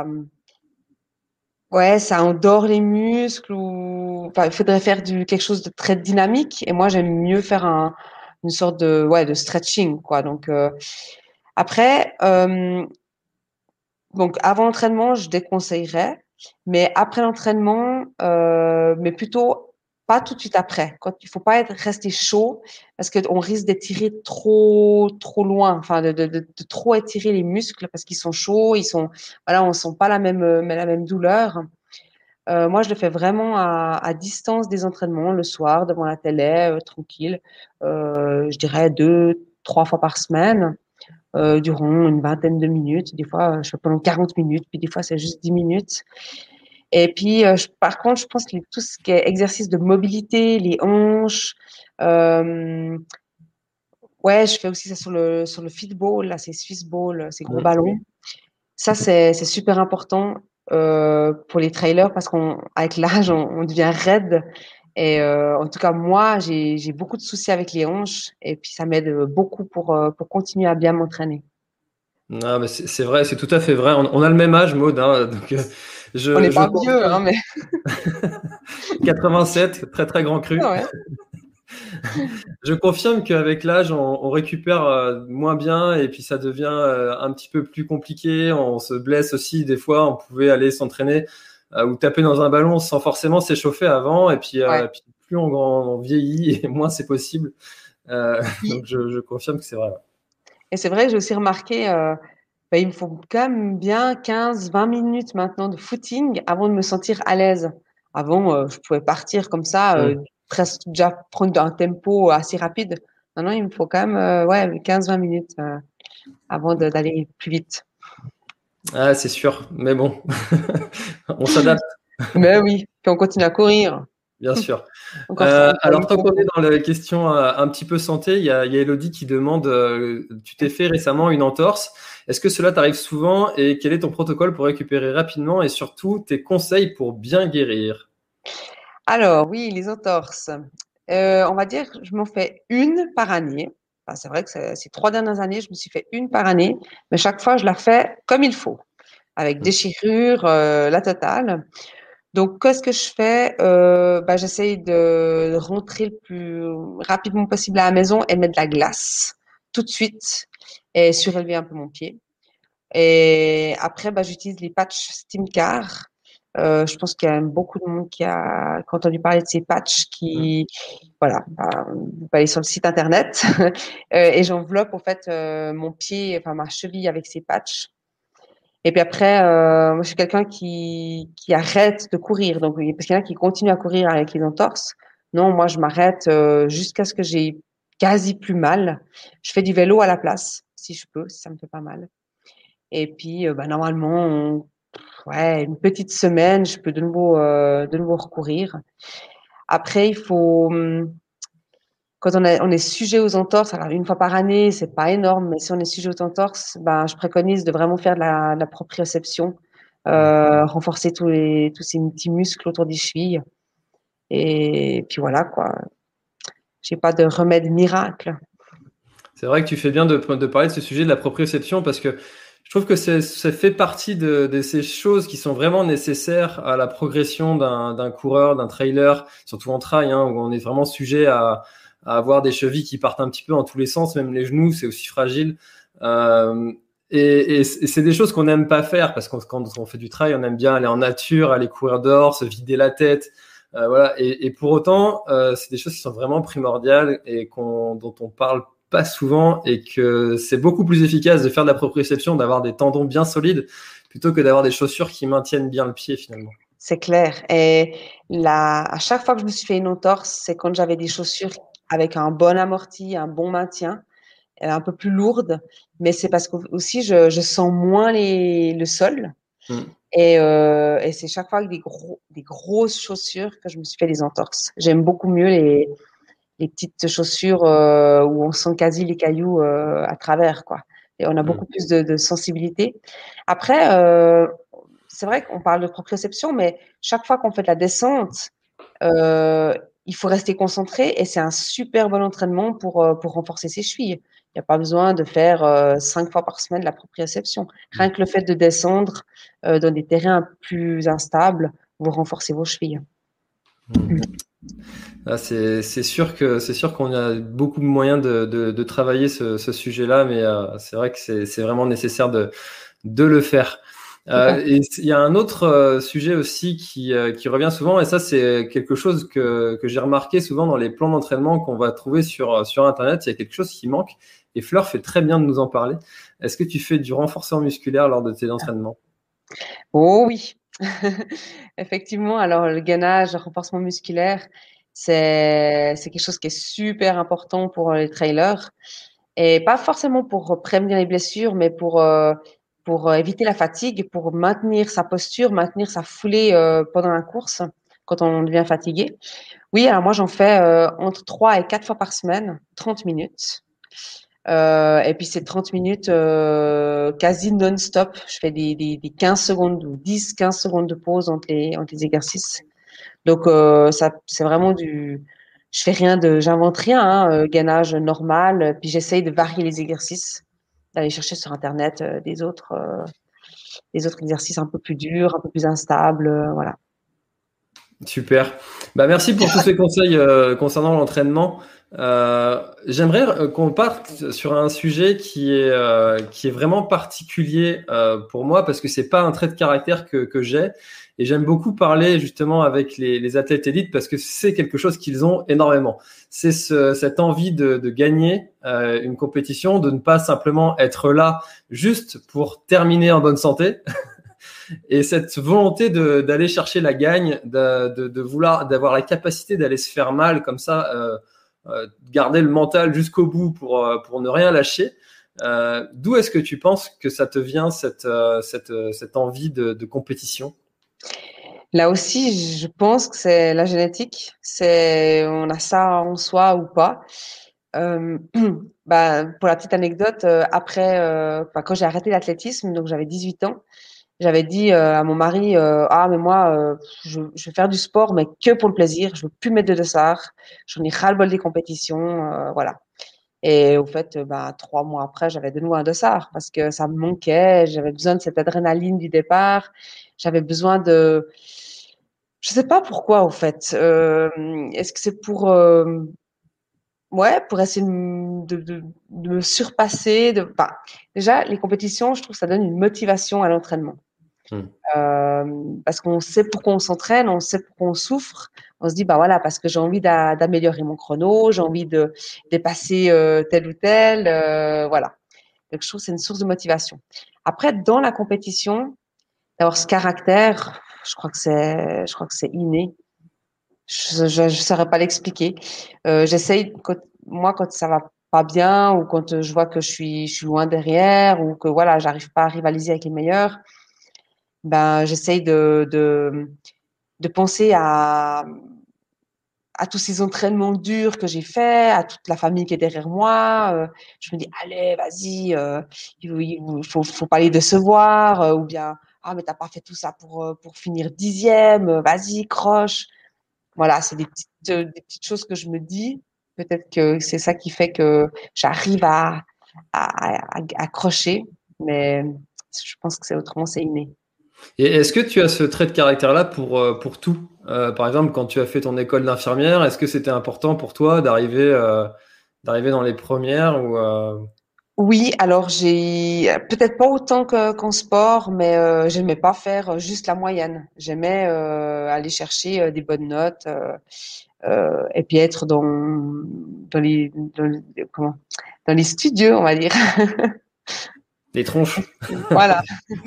ouais, ça endort les muscles ou, enfin, il faudrait faire du, quelque chose de très dynamique. Et moi, j'aime mieux faire un, une sorte de, ouais, de stretching, quoi. Donc, euh, après, euh, donc avant l'entraînement, je déconseillerais, mais après l'entraînement, euh, mais plutôt pas tout de suite après. Quand il faut pas être resté chaud parce qu'on risque d'étirer trop trop loin, enfin de, de, de, de trop étirer les muscles parce qu'ils sont chauds, ils sont voilà, on sent pas la même euh, la même douleur. Euh, moi, je le fais vraiment à, à distance des entraînements, le soir, devant la télé, euh, tranquille. Euh, je dirais deux, trois fois par semaine euh, durant une vingtaine de minutes. Des fois, je fais pendant quarante minutes, puis des fois, c'est juste dix minutes. Et puis, euh, je, par contre, je pense que tout ce qui est exercice de mobilité, les hanches, euh, ouais, je fais aussi ça sur le, sur le fitball, là, c'est Swiss ball, ces gros Mm. ballons. Ça, c'est, c'est super important euh, pour les trailers parce qu'on, avec l'âge, on, on devient raide. Et euh, en tout cas, moi, j'ai, j'ai beaucoup de soucis avec les hanches et puis ça m'aide beaucoup pour, euh, pour continuer à bien m'entraîner. Ah, mais c'est c'est vrai, c'est tout à fait vrai. On, on a le même âge, Maud, hein, donc euh, On je, n'est je pas vieux, confirme. hein, mais quatre-vingt-sept, très très grand cru. ouais. Je confirme qu'avec l'âge, on, on récupère euh, moins bien et puis ça devient euh, un petit peu plus compliqué. On se blesse aussi des fois. On pouvait aller s'entraîner euh, ou taper dans un ballon sans forcément s'échauffer avant. Et puis, Ouais. euh, puis plus on, on vieillit et moins c'est possible. Euh, Oui. donc je, je confirme que c'est vrai. Et c'est vrai que j'ai aussi remarqué, euh, bah, il me faut quand même bien quinze, vingt minutes maintenant de footing avant de me sentir à l'aise. Avant, euh, je pouvais partir comme ça, euh, Mm. presque déjà prendre un tempo assez rapide. Maintenant, il me faut quand même euh, ouais, quinze, vingt minutes euh, avant de- d'aller plus vite. Ah, c'est sûr. Mais bon, on s'adapte. Mais oui, puis on continue à courir. Bien sûr. Encore, Euh, encore alors, une tant fois. qu'on est dans la question euh, un petit peu santé, il y a, il y a Elodie qui demande, euh, tu t'es fait récemment une entorse. Est-ce que cela t'arrive souvent et quel est ton protocole pour récupérer rapidement et surtout tes conseils pour bien guérir? Alors, oui, les entorses. Euh, on va dire que je m'en fais une par année. Enfin, c'est vrai que c'est- ces trois dernières années, je me suis fait une par année, mais chaque fois, je la fais comme il faut, avec déchirure, euh, la totale. Donc, qu'est-ce que je fais? Euh, bah, j'essaye de rentrer le plus rapidement possible à la maison et mettre de la glace tout de suite et surélever un peu mon pied. Et après, bah, j'utilise les patchs Steamcar. Euh, je pense qu'il y a beaucoup de monde qui a, qui a entendu parler de ces patchs Mm. qui, voilà, bah, vous pouvez aller sur le site internet euh, et j'enveloppe en fait euh, mon pied, enfin ma cheville avec ces patchs. Et puis après, euh, moi je suis quelqu'un qui qui arrête de courir, donc parce qu'il y en a qui continuent à courir avec les entorses. Non, moi je m'arrête euh, jusqu'à ce que j'ai quasi plus mal. Je fais du vélo à la place, si je peux, si ça me fait pas mal. Et puis, euh, bah, normalement, on- ouais, une petite semaine, je peux de nouveau, euh, de nouveau recourir. Après, il faut, hum, quand on, a- on est sujet aux entorses, alors une fois par année, c'est pas énorme, mais si on est sujet aux entorses, ben, je préconise de vraiment faire de la, de la proprioception, euh, renforcer tous les, tous ces petits muscles autour des chevilles. Et puis voilà, quoi. J'ai pas de remède miracle. C'est vrai que tu fais bien de, de parler de ce sujet de la proprioception parce que je trouve que c'est- ça fait partie de, de ces choses qui sont vraiment nécessaires à la progression d'un d'un coureur, d'un trailer, surtout en trail, hein, où on est vraiment sujet à, à avoir des chevilles qui partent un petit peu dans tous les sens, même les genoux, c'est aussi fragile. Euh, et et c'est et c'est des choses qu'on n'aime pas faire parce que quand on fait du trail, on aime bien aller en nature, aller courir dehors, se vider la tête. Euh, voilà. Et, et pour autant, euh, c'est des choses qui sont vraiment primordiales et qu'on, dont on parle pas souvent et que c'est beaucoup plus efficace de faire de la proprioception, d'avoir des tendons bien solides plutôt que d'avoir des chaussures qui maintiennent bien le pied finalement. C'est clair. Et là, à chaque fois que je me suis fait une entorse, c'est quand j'avais des chaussures avec un bon amorti, un bon maintien, euh, un peu plus lourdes. Mais c'est parce que aussi je, je sens moins les, le sol. Mm. Et, euh, et c'est chaque fois avec des, gros, des grosses chaussures que je me suis fait des entorses. J'aime beaucoup mieux les, les petites chaussures euh, où on sent quasi les cailloux euh, à travers, quoi. Et on a beaucoup Mm. plus de, de sensibilité. Après, euh, c'est vrai qu'on parle de proprioception, mais chaque fois qu'on fait de la descente, euh, il faut rester concentré et c'est un super bon entraînement pour, euh, pour renforcer ses chevilles. Il n'y a pas besoin de faire euh, cinq fois par semaine de la proprioception. Rien que le fait de descendre euh, dans des terrains plus instables, vous renforcez vos chevilles. Mm. Ah, c'est, c'est sûr que c'est sûr qu'on a beaucoup de moyens de, de, de travailler ce, ce sujet-là, mais euh, c'est vrai que c'est, c'est vraiment nécessaire de, de le faire. Tout à Euh, fait. et il y a un autre euh, sujet aussi qui, euh, qui revient souvent, et ça c'est quelque chose que, que j'ai remarqué souvent dans les plans d'entraînement qu'on va trouver sur, sur Internet. Il y a quelque chose qui manque, et Fleur fait très bien de nous en parler. Est-ce que tu fais du renforcement musculaire lors de tes entraînements? Oh oui, effectivement. Alors, le gainage, le renforcement musculaire, c'est c'est quelque chose qui est super important pour les trailers et pas forcément pour prévenir les blessures, mais pour euh, pour éviter la fatigue, pour maintenir sa posture, maintenir sa foulée euh, pendant la course quand on devient fatigué. Oui, alors moi j'en fais euh, entre trois et quatre fois par semaine, trente minutes. Euh, et puis c'est trente minutes euh, quasi non-stop. Je fais des, des, des quinze secondes ou dix quinze secondes de pause entre les, entre les exercices. Donc euh, ça, c'est vraiment du... Je fais rien de... J'invente rien, hein, euh, gainage normal. Puis j'essaye de varier les exercices, d'aller chercher sur Internet euh, des autres, euh, des autres exercices un peu plus durs, un peu plus instables. Euh, voilà. Super. Bah, merci pour tous ces conseils euh, concernant l'entraînement. Euh, j'aimerais euh, qu'on parte sur un sujet qui est, euh, qui est vraiment particulier euh, pour moi parce que c'est pas un trait de caractère que, que j'ai. Et j'aime beaucoup parler justement avec les, les athlètes élites parce que c'est quelque chose qu'ils ont énormément. C'est ce, cette envie de, de gagner euh, une compétition, de ne pas simplement être là juste pour terminer en bonne santé. Et cette volonté de, d'aller chercher la gagne, de, de, de vouloir, d'avoir la capacité d'aller se faire mal comme ça, euh, euh, garder le mental jusqu'au bout pour, euh, pour ne rien lâcher. Euh, d'où est-ce que tu penses que ça te vient, cette, euh, cette, euh, cette envie de, de compétition? Là aussi, je pense que c'est la génétique. C'est, on a ça en soi ou pas. Euh, bah, pour la petite anecdote, euh, après, euh, enfin, quand j'ai arrêté l'athlétisme, donc j'avais dix-huit ans, j'avais dit euh, à mon mari, euh, ah mais moi, euh, je, je vais faire du sport, mais que pour le plaisir. Je veux plus mettre de dossard. J'en ai ras-le-bol des compétitions, euh, voilà. Et au fait, euh, bah, trois mois après, j'avais de nouveau un dossard parce que ça me manquait. J'avais besoin de cette adrénaline du départ. J'avais besoin de, je sais pas pourquoi au fait. Euh, est-ce que c'est pour euh, ouais, pour essayer de, m- de, de- de me surpasser. De... Enfin, déjà, les compétitions, je trouve que ça donne une motivation à l'entraînement. Hmm. Euh, parce qu'on sait pourquoi on s'entraîne, on sait pourquoi on souffre. On se dit, bah voilà, parce que j'ai envie d'a- d'améliorer mon chrono, j'ai envie de dépasser euh, tel ou tel. Euh, voilà. Donc, je trouve que c'est une source de motivation. Après, dans la compétition, d'avoir ce caractère, je crois que c'est, je crois que c'est inné. Je je, je saurais pas l'expliquer. Euh, j'essaye quand, moi quand ça va pas bien ou quand je vois que je suis je suis loin derrière ou que voilà, j'arrive pas à rivaliser avec les meilleurs, ben j'essaye de de de penser à à tous ces entraînements durs que j'ai faits, à toute la famille qui est derrière moi. Euh, je me dis, allez, vas-y, euh, il, il faut, faut pas les décevoir, euh, ou bien, ah, mais t'as pas fait tout ça pour, euh, pour finir dixième, euh, vas-y, croche. Voilà, c'est des petites, euh, des petites choses que je me dis. Peut-être que c'est ça qui fait que j'arrive à, à, à, à accrocher, mais je pense que c'est autrement, c'est inné. Et est-ce que tu as ce trait de caractère-là pour, euh, pour tout? Euh, par exemple, quand tu as fait ton école d'infirmière, est-ce que c'était important pour toi d'arriver euh, d'arriver dans les premières ou euh... Oui, alors j'ai peut-être pas autant que, qu'en sport, mais euh, j'aimais pas faire euh, juste la moyenne. J'aimais euh, aller chercher euh, des bonnes notes euh, euh, et puis être dans dans les dans, les- comment dans les studios, on va dire. les tronches? Voilà.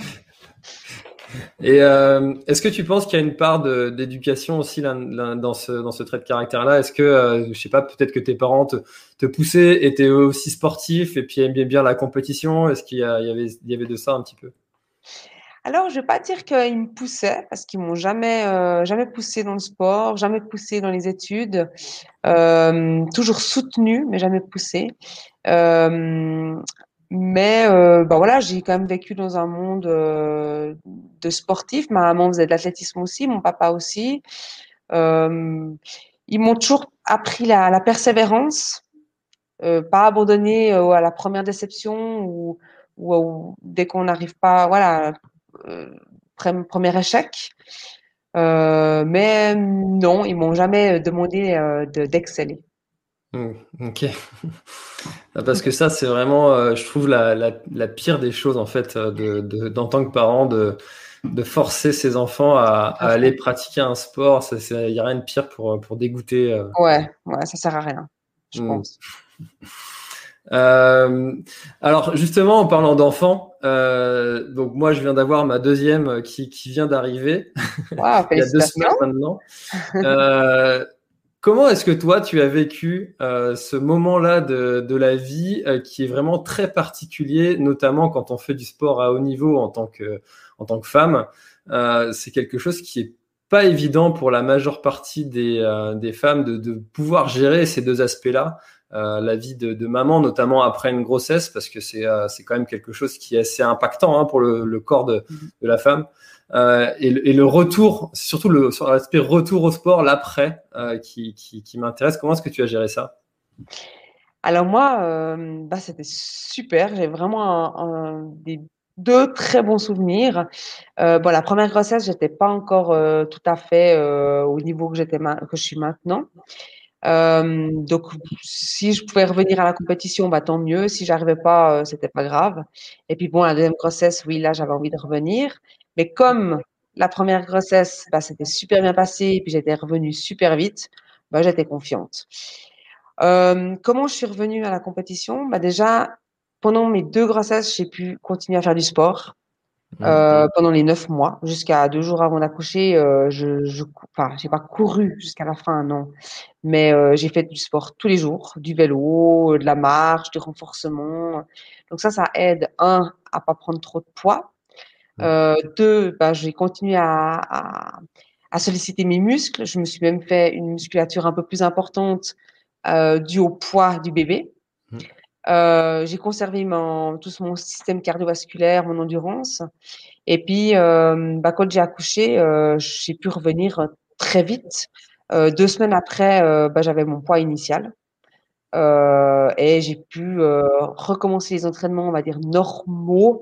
Et euh, est-ce que tu penses qu'il y a une part de, d'éducation aussi là, là, dans ce dans ce trait de caractère-là? Est-ce que euh, je sais pas, peut-être que tes parents te, te poussaient, étaient eux aussi sportifs et puis aimaient bien la compétition? Est-ce qu'il y, a, il y avait il y avait de ça un petit peu? Alors, je vais pas dire qu'ils me poussaient parce qu'ils m'ont jamais euh, jamais poussé dans le sport, jamais poussé dans les études, euh, toujours soutenu, mais jamais poussé. Euh, mais euh, bah voilà, j'ai quand même vécu dans un monde euh, de sportifs. Ma maman faisait de l'athlétisme aussi, mon papa aussi. Euh, Ils m'ont toujours appris la, la persévérance, euh, pas abandonner euh, à la première déception ou, ou, ou dès qu'on n'arrive pas, voilà, euh, pre- premier échec. Euh, mais non, ils m'ont jamais demandé euh, de, d'exceller. Hmm, ok. Ah, parce que ça, c'est vraiment, euh, je trouve, la, la, la pire des choses, en fait, euh, de, de, d'en tant que parent, de, de forcer ses enfants à, à À aller fond. pratiquer un sport. Il n'y a rien de pire pour, pour dégoûter. euh. Ouais, ouais, ça sert à rien, je Hmm. pense. Euh, alors, justement, en parlant d'enfants, euh, donc moi, je viens d'avoir ma deuxième euh, qui, qui vient d'arriver Waouh, il y a deux semaines félicitations. maintenant. Euh, Comment est-ce que toi, tu as vécu euh, ce moment-là de, de la vie euh, qui est vraiment très particulier, notamment quand on fait du sport à haut niveau en tant que, en tant que femme. Euh, c'est quelque chose qui est pas évident pour la majeure partie des, euh, des femmes de, de pouvoir gérer ces deux aspects-là. Euh, la vie de, de maman, notamment après une grossesse, parce que c'est euh, c'est quand même quelque chose qui est assez impactant hein, pour le, le corps de, de la femme. Euh, et, le, et le retour, surtout le, sur l'aspect retour au sport, l'après, euh, qui, qui, qui m'intéresse. Comment est-ce que tu as géré ça? Alors moi, euh, bah, c'était super. J'ai vraiment un, un- des deux très bons souvenirs. Euh, bon, la première grossesse, j'étais pas encore euh, tout à fait euh, au niveau que j'étais ma- que je suis maintenant. Euh, donc, si je pouvais revenir à la compétition, bah tant mieux. Si j'arrivais pas, euh, c'était pas grave. Et puis bon, la deuxième grossesse, oui, là, j'avais envie de revenir. Mais comme la première grossesse, bah, c'était super bien passé et puis j'étais revenue super vite, bah, j'étais confiante. Euh, comment je suis revenue à la compétition? Bah déjà, pendant mes deux grossesses, j'ai pu continuer à faire du sport. Mm. Euh, pendant les neuf mois, jusqu'à deux jours avant d'accoucher, euh, je, je, cou- enfin, j'ai pas couru jusqu'à la fin, non, mais euh, j'ai fait du sport tous les jours, du vélo, de la marche, du renforcement. Donc ça, ça aide un à pas prendre trop de poids. Mm. Euh, deux, bah, j'ai continué à, à, à solliciter mes muscles. Je me suis même fait une musculature un peu plus importante euh, due au poids du bébé. Mm. Euh, j'ai conservé mon, tout mon système cardiovasculaire, mon endurance. Et puis, euh, bah, quand j'ai accouché, euh, j'ai pu revenir très vite. Euh, deux semaines après, euh, bah, j'avais mon poids initial. Euh, et j'ai pu euh, recommencer les entraînements, on va dire, normaux,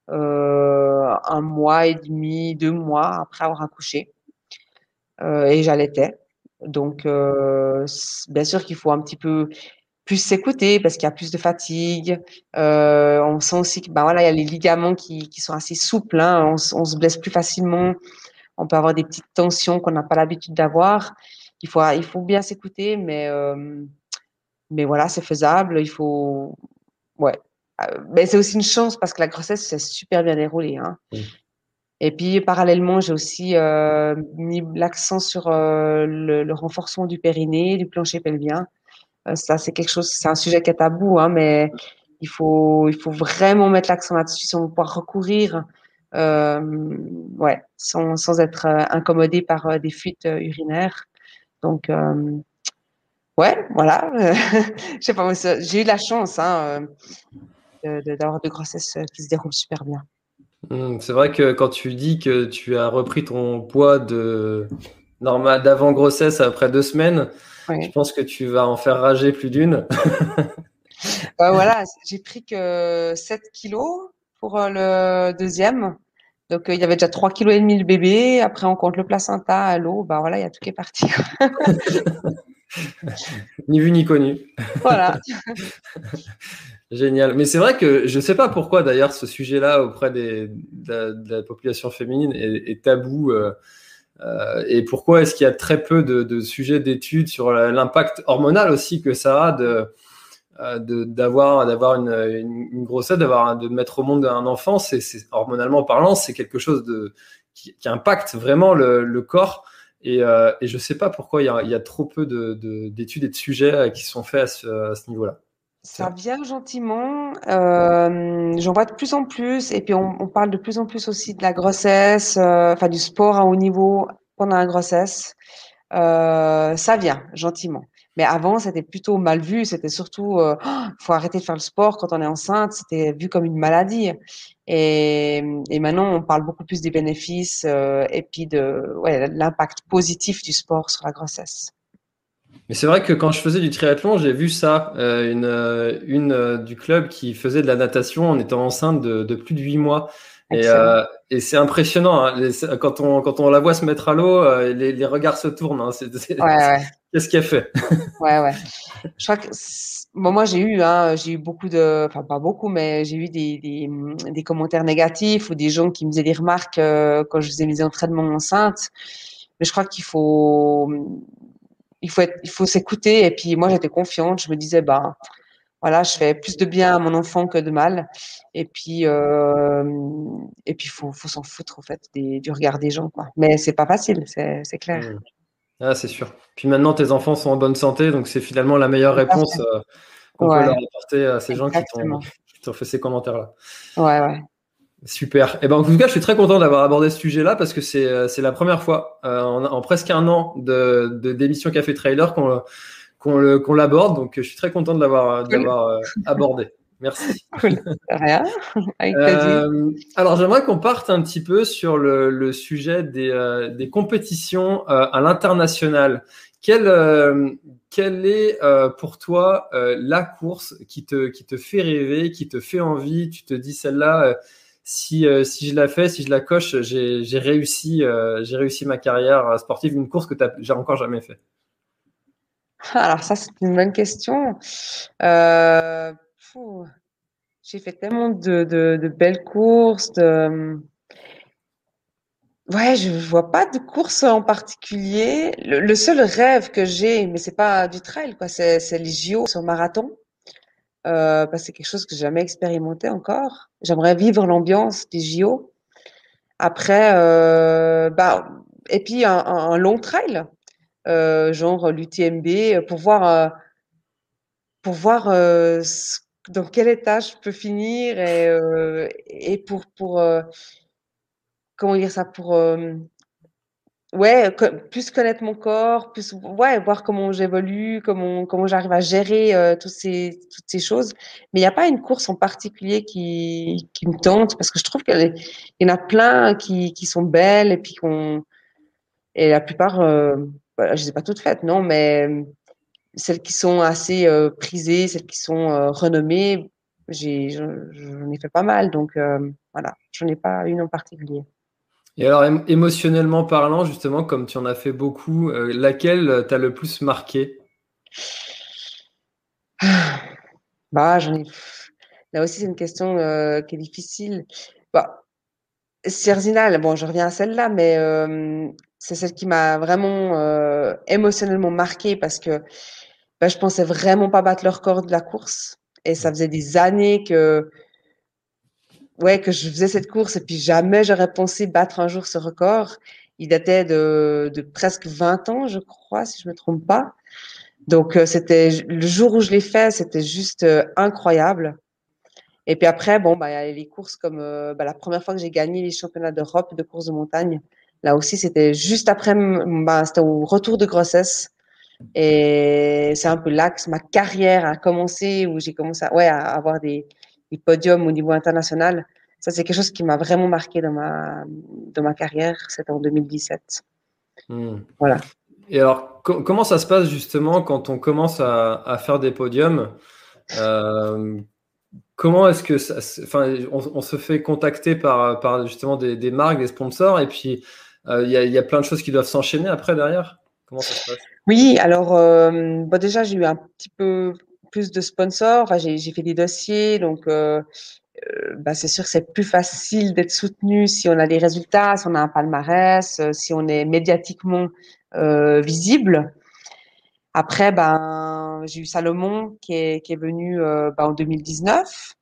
euh, un mois et demi, deux mois après avoir accouché. Euh, et j'allaitais. Donc, euh, c- bien sûr qu'il faut un petit peu plus s'écouter parce qu'il y a plus de fatigue. Euh, on sent aussi que bah voilà, il y a les ligaments qui, qui sont assez souples, hein. On, s- on se blesse plus facilement. On peut avoir des petites tensions qu'on n'a pas l'habitude d'avoir. Il faut il faut bien s'écouter, mais euh, mais voilà, c'est faisable. Il faut ouais. Euh, mais c'est aussi une chance parce que la grossesse s'est super bien déroulée, hein. Mm. Et puis, parallèlement, j'ai aussi euh, mis l'accent sur euh, le, le renforcement du périnée, du plancher pelvien. Euh, ça, c'est quelque chose, c'est un sujet qui est tabou, hein, mais il faut, il faut vraiment mettre l'accent là-dessus si on veut pouvoir recourir, euh, ouais, sans, sans être euh, incommodé par euh, des fuites euh, urinaires. Donc, euh, ouais, voilà. Je sais pas, moi, ça- j'ai eu la chance, hein, euh, de- de- d'avoir deux grossesses euh, qui se déroulent super bien. Hmm, c'est vrai que quand tu dis que tu as repris ton poids de normal d'avant grossesse après deux semaines, je Ouais. pense que tu vas en faire rager plus d'une. Euh, voilà, j'ai pris que sept kilos pour euh, le deuxième. Donc, euh, il y avait déjà trois kilos et demi le bébé. Après, on compte le placenta, l'eau. Bah voilà, il y a tout qui est parti, quoi. Ni vu ni connu. Voilà. Génial. Mais c'est vrai que je ne sais pas pourquoi d'ailleurs ce sujet-là auprès des, de, la, de la population féminine est, est tabou. Euh, euh, et pourquoi est-ce qu'il y a très peu de, de sujets d'études sur l'impact hormonal aussi que ça a de, de, d'avoir, d'avoir une, une, une grossesse, d'avoir, de mettre au monde un enfant. C'est, c'est, hormonalement parlant, c'est quelque chose de, qui, qui impacte vraiment le, le corps. Et, euh, et je ne sais pas pourquoi il y a, il y a trop peu de, de, d'études et de sujets qui sont faits à ce, à ce niveau-là. Ça vient gentiment. Euh, j'en vois de plus en plus. Et puis, on, on parle de plus en plus aussi de la grossesse, euh, enfin, du sport à haut niveau pendant la grossesse. Euh, ça vient gentiment. Mais avant, c'était plutôt mal vu. C'était surtout, euh, oh, faut arrêter de faire le sport quand on est enceinte. C'était vu comme une maladie. Et, et maintenant, on parle beaucoup plus des bénéfices euh, et puis de ouais, l'impact positif du sport sur la grossesse. Mais c'est vrai que quand je faisais du triathlon, j'ai vu ça, euh, une, euh, une euh, du club qui faisait de la natation en étant enceinte de, de plus de huit mois. Et, Excellent. euh, et c'est impressionnant, hein. Les- quand, on, quand on la voit se mettre à l'eau, euh, les, les regards se tournent, hein. C'est, c'est- Ouais, ouais, Qu'est-ce qu'elle fait? ouais, ouais. Je crois que c'est- bon, moi j'ai eu hein, j'ai eu beaucoup de enfin pas beaucoup mais j'ai eu des, des des commentaires négatifs ou des gens qui me faisaient des remarques euh, quand je faisais mes entraînements enceintes. Mais je crois qu'il faut il faut être il faut s'écouter et puis moi j'étais confiante, je me disais ben voilà, je fais plus de bien à mon enfant que de mal et puis euh, et puis faut faut s'en foutre en fait des, du regard des gens quoi. Mais c'est pas facile, c'est c'est clair. Hmm. Ah, c'est sûr. Puis maintenant, tes enfants sont en bonne santé, donc c'est finalement la meilleure Tout à réponse fait. euh, qu'on peut Ouais, leur apporter à ces gens qui t'ont, exactement. qui t'ont fait ces commentaires-là. Ouais, ouais. Super. Et ben en tout cas, je suis très content d'avoir abordé ce sujet-là parce que c'est euh, c'est la première fois euh, en, en presque un an de de d'émission Café Trailer qu'on qu'on le qu'on l'aborde. Donc je suis très content de l'avoir de Cool, l'avoir euh, abordé. Merci. cool. De rien, avec plaisir. Euh, alors j'aimerais qu'on parte un petit peu sur le le sujet des euh, des compétitions euh, à l'international. Quelle euh, quelle est euh, pour toi euh, la course qui te qui te fait rêver, qui te fait envie? Tu te dis celle-là. Euh, si, euh, si je la fais, si je la coche, j'ai, j'ai réussi, euh, j'ai réussi ma carrière sportive, une course que t'as, j'ai encore jamais fait. Alors ça, c'est une bonne question. Euh, pfou, j'ai fait tellement de, de, de belles courses. De... Ouais, je vois pas de course en particulier. Le, le seul rêve que j'ai, mais c'est pas du trail, quoi, c'est, c'est les J O sur marathon. Euh, parce que c'est quelque chose que j'ai jamais expérimenté encore. J'aimerais vivre l'ambiance des J O. Après, euh, bah, et puis un, un, un long trail, euh, genre l'U T M B, pour voir. Euh, pour voir euh, ce- dans quel état je peux finir et, euh, et pour, pour euh, comment dire ça, pour euh, ouais, co- plus connaître mon corps, plus ouais, voir comment j'évolue, comment, comment j'arrive à gérer euh, toutes ces, toutes ces choses. Mais il n'y a pas une course en particulier qui, qui me tente parce que je trouve qu'il y en a plein qui, qui sont belles et puis qu'on, et la plupart, euh, voilà, je les ai pas toutes faites, non, mais celles qui sont assez euh, prisées, celles qui sont euh, renommées, j'ai, j'en j'en ai fait pas mal, donc euh, voilà, j'en ai pas une en particulier. Et alors, émo- émotionnellement parlant, justement, comme tu en as fait beaucoup, euh, laquelle t'as le plus marqué? Bah, j'en ai. Là aussi, c'est une question euh, qui est difficile. Bah, Cerzinal, bon, je reviens à celle-là, mais euh, c'est celle qui m'a vraiment euh, émotionnellement marquée parce que bah, je pensais vraiment pas battre le record de la course et ça faisait des années que ouais, que je faisais cette course et puis jamais j'aurais pensé battre un jour ce record. Il datait de, de presque vingt ans, je crois, si je me trompe pas. Donc, euh, c'était le jour où je l'ai fait, c'était juste euh, incroyable. Et puis après, bon, bah, il y a les courses comme euh, bah, la première fois que j'ai gagné les championnats d'Europe de course de montagne. Là aussi, c'était juste après, m- bah, c'était au retour de grossesse. Et c'est un peu là que ma carrière a commencé, où j'ai commencé à, ouais, à avoir des, des podiums au niveau international. Ça, c'est quelque chose qui m'a vraiment marqué dans ma, dans ma carrière. C'était en deux mille dix-sept. Hmm. Voilà. Et alors, co- comment ça se passe justement quand on commence à, à faire des podiums? Euh, Comment est-ce que ça, se- enfin, on, on se fait contacter par, par justement des, des marques, des sponsors, et puis euh, il y a, il y a plein de choses qui doivent s'enchaîner après derrière? Comment ça se passe? Oui, alors euh, bon, déjà j'ai eu un petit peu plus de sponsors. Enfin, j'ai j'ai fait des dossiers, donc euh, euh, bah, c'est sûr que c'est plus facile d'être soutenu si on a des résultats, si on a un palmarès, euh, si on est médiatiquement euh, visible. Après, ben j'ai eu Salomon qui est qui est venu euh, ben, en deux mille dix-neuf,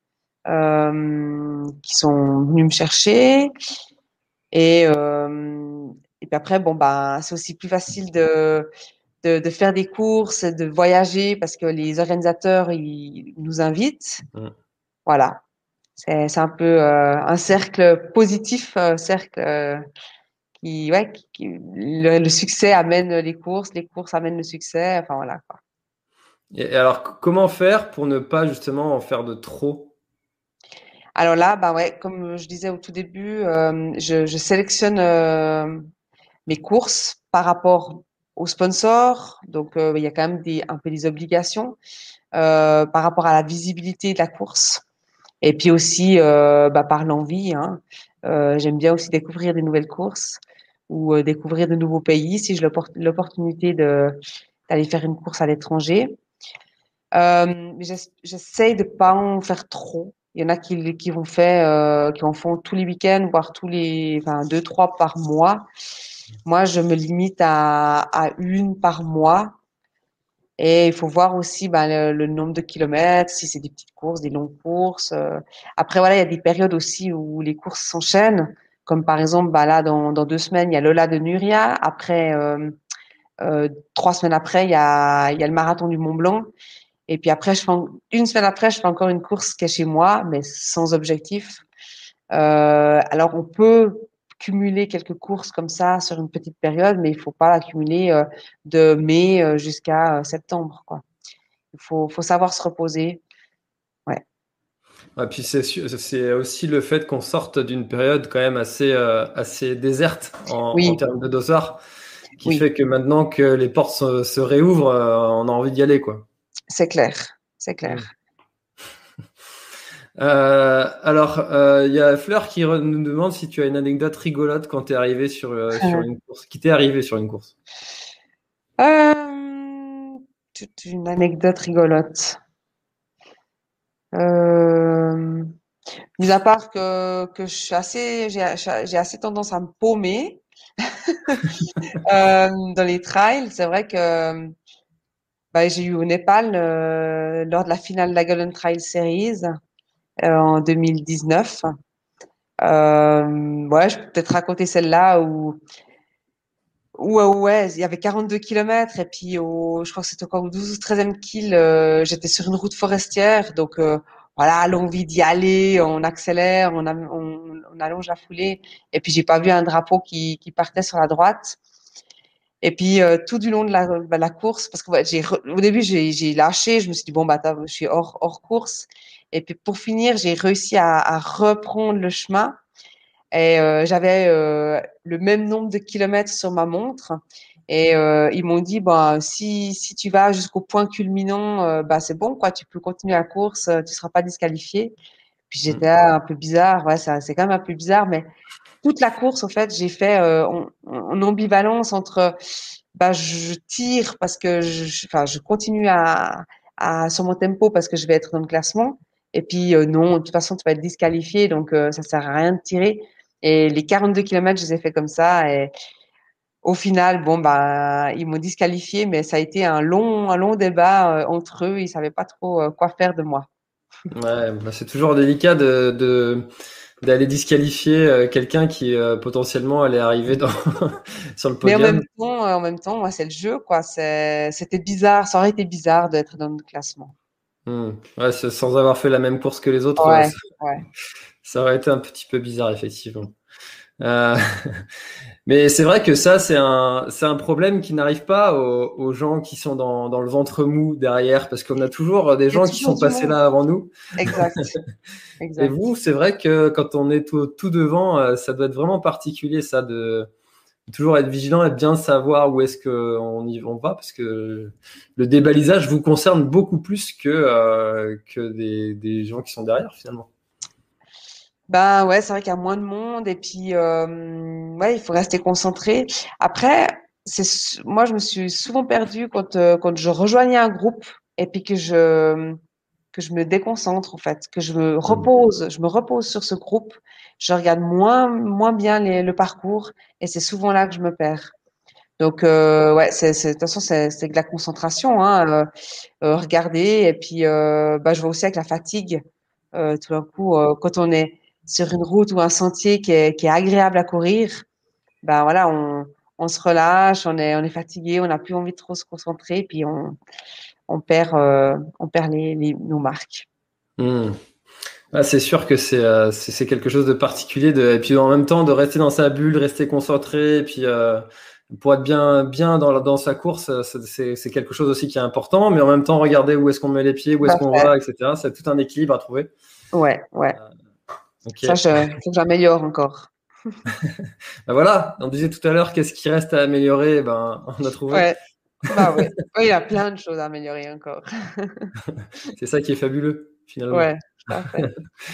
euh, qui sont venus me chercher et euh, et puis après bon ben c'est aussi plus facile de de, de faire des courses, de voyager parce que les organisateurs ils nous invitent. Mm. Voilà, c'est c'est un peu euh, un cercle positif, un cercle euh, qui ouais qui, qui- le, le succès amène les courses, les courses amènent le succès. Enfin voilà quoi. Et, et alors, c- comment faire pour ne pas justement en faire de trop? Alors là, bah ouais, comme je disais au tout début, euh, je, je sélectionne euh, mes courses par rapport aux sponsors. Donc euh, il y a quand même des un peu des obligations euh, par rapport à la visibilité de la course. Et puis aussi euh, bah, par l'envie. Hein. Euh, j'aime bien aussi découvrir des nouvelles courses ou euh, découvrir de nouveaux pays si j'ai l'oppor- l'opportunité de d'aller faire une course à l'étranger. Euh, mais j'ess- j'essaye de pas en faire trop. Il y en a qui, qui vont faire, euh, qui en font tous les week-ends, voire tous les, enfin deux, trois par mois. Moi, je me limite à, à une par mois. Et il faut voir aussi ben, le, le nombre de kilomètres, si c'est des petites courses, des longues courses. euh. Après, voilà, il y a des périodes aussi où les courses s'enchaînent, comme par exemple, ben, là, dans, dans deux semaines, il y a Lola de Nuria. Après, euh, euh, trois semaines après, il y a, il y a le marathon du Mont Blanc. Et puis après, je fais, en- une semaine après, je fais encore une course qui est chez moi, mais sans objectif. Euh, alors, on peut cumuler quelques courses comme ça sur une petite période, mais il faut pas la cumuler euh, de mai euh, jusqu'à euh, septembre, quoi. Il faut, faut savoir se reposer. Ouais. Et puis c'est sûr- c'est aussi le fait qu'on sorte d'une période quand même assez, euh, assez déserte en, en Oui, termes de dossard, qui oui, fait que maintenant que les portes se, se réouvrent, euh, on a envie d'y aller, quoi. c'est clair, c'est Mm. clair. Euh, alors, euh, il y a Fleur qui re- nous demande si tu as une anecdote rigolote quand tu es arrivé sur, euh, sur une course, qui t'est arrivé sur une course. Euh, toute une anecdote rigolote. Euh, mis à part que, que je suis assez, j'ai, j'ai assez tendance à me paumer euh, dans les trails. C'est vrai que bah, j'ai eu au Népal euh, lors de la finale de la Golden Trail Series euh, en deux mille dix-neuf. Euh, ouais, je peux peut-être raconter celle-là où, où euh, ouais, il y avait quarante-deux kilomètres et puis au, je crois que c'était encore au douze ou treizième kill, euh, j'étais sur une route forestière. Donc euh, voilà, l'envie d'y aller, on accélère, on, a- on, on allonge la foulée. Et puis j'ai pas vu un drapeau qui, qui partait sur la droite. Et puis euh, tout du long de la, bah, la course, parce que ouais, j'ai re- au début j'ai j'ai lâché, je me suis dit bon bah attends, je suis hors hors course. Et puis pour finir, j'ai réussi à, à reprendre le chemin et euh, j'avais euh, le même nombre de kilomètres sur ma montre. Et euh, ils m'ont dit bah si si tu vas jusqu'au point culminant, euh, bah c'est bon quoi, tu peux continuer la course, euh, tu seras pas disqualifié. Puis j'étais Mm. là, un peu bizarre, ouais ça c'est quand même un peu bizarre, mais toute la course, en fait, j'ai fait euh, en, en ambivalence entre bah, je tire parce que je, je- enfin, je continue à, à sur mon tempo parce que je vais être dans le classement. Et puis euh, non, de toute façon, tu vas être disqualifié, donc euh, ça sert à rien de tirer. Et les quarante-deux kilomètres, je les ai fait comme ça. Et au final, bon bah, ils m'ont disqualifié, mais ça a été un long, un long débat euh, entre eux. Ils savaient pas trop euh, quoi faire de moi. Ouais, bah c'est toujours délicat de, de d'aller disqualifier euh, quelqu'un qui euh, potentiellement allait arriver dans sur le Mais en même podium. temps, euh, en même temps, moi, c'est le jeu, quoi. C'est, c'était bizarre. Ça aurait été bizarre d'être dans le classement. Hmm. Ouais, c'est- sans avoir fait la même course que les autres, euh, Ouais, ça, ouais. ça aurait été un petit peu bizarre, effectivement. Euh, mais c'est vrai que ça, c'est un, c'est un problème qui n'arrive pas aux, aux gens qui sont dans, dans le ventre mou derrière, parce qu'on a toujours des Il y a gens qui toujours sont du passés monde. là avant nous. Exact, Et exact. vous, c'est vrai que quand on est tout, tout devant, euh, ça doit être vraiment particulier, ça, de toujours être vigilant et bien savoir où est-ce qu'on y on va, parce que le débalisage vous concerne beaucoup plus que, euh, que des, des gens qui sont derrière, finalement. Ben ouais, c'est vrai qu'il y a moins de monde et puis euh, ouais, il faut rester concentré. Après, c'est s- moi je me suis souvent perdue quand euh, quand je rejoignais un groupe et puis que je que je me déconcentre en fait, que je me Mm. repose, je me repose sur ce groupe, je regarde moins moins bien les, le parcours et c'est souvent là que je me perds. Donc euh, ouais, c'est c'est de toute façon c'est c'est de la concentration hein, euh, euh, regarder et puis euh, bah je vois aussi avec la fatigue euh, tout d'un coup euh, quand on est sur une route ou un sentier qui est qui est agréable à courir, ben voilà, on on se relâche, on est on est fatigué, on n'a plus envie de trop se concentrer puis on on perd euh, on perd les, les nos marques. Mm. Ah, c'est sûr que c'est euh, c'est c'est quelque chose de particulier de, et puis en même temps de rester dans sa bulle, rester concentré, et puis euh, pour être bien bien dans la- dans sa course, euh, c'est c'est c'est quelque chose aussi qui est important, mais en même temps regarder où est-ce qu'on met les pieds, où Tout est-ce à qu'on fait. va, et cetera. C'est tout un équilibre à trouver. Ouais, ouais. Ok. Ça, je, faut que j'améliore encore. Ben voilà, on disait tout à l'heure qu'est-ce qui reste à améliorer, eh ben on a trouvé. Ouais, bah ouais. Oui, il y a plein de choses à améliorer encore. C'est ça qui est fabuleux finalement. Ouais, tout à fait.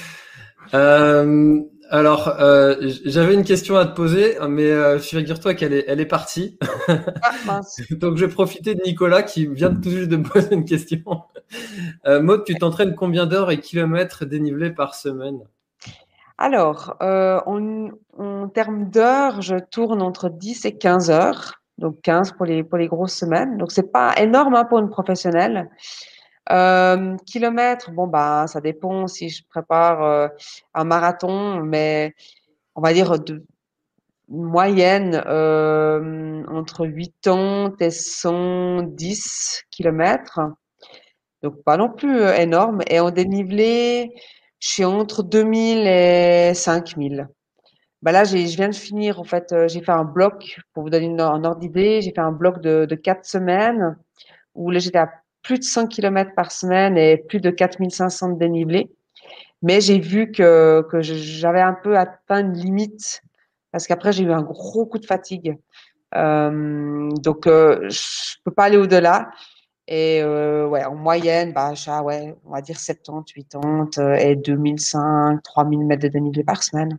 Euh, alors, euh, j- j'avais une question à te poser, mais euh, figure-toi qu'elle est, elle est partie. Ah, mince. Donc, je vais profiter de Nicolas qui vient tout juste de me poser une question. Euh, Maud, tu t'entraînes combien d'heures et kilomètres dénivelés par semaine? Alors, euh, en, en termes d'heures, je tourne entre dix et quinze heures. Donc quinze pour les, pour les grosses semaines. Donc c'est pas énorme hein, pour une professionnelle. Euh, kilomètres, bon bah ça dépend si je prépare euh, un marathon, mais on va dire de moyenne euh, entre quatre-vingts et cent dix kilomètres. Donc pas non plus euh, énorme. Et en dénivelé, je suis entre deux mille et cinq mille. Bah là, j'ai, je viens de finir, en fait, euh, j'ai fait un bloc, pour vous donner une, un ordre d'idée, j'ai fait un bloc de, de quatre semaines où là, j'étais à plus de cent kilomètres par semaine et plus de quatre mille cinq cents de dénivelé. Mais j'ai vu que, que je- j'avais un peu atteint une limite parce qu'après, j'ai eu un gros coup de fatigue. Euh, donc, euh, je peux pas aller au-delà. Et euh, ouais, en moyenne, bah, je suis à, ouais, on va dire soixante-dix, quatre-vingts euh, et deux mille cinq, trois mille mètres de dénivelé par semaine.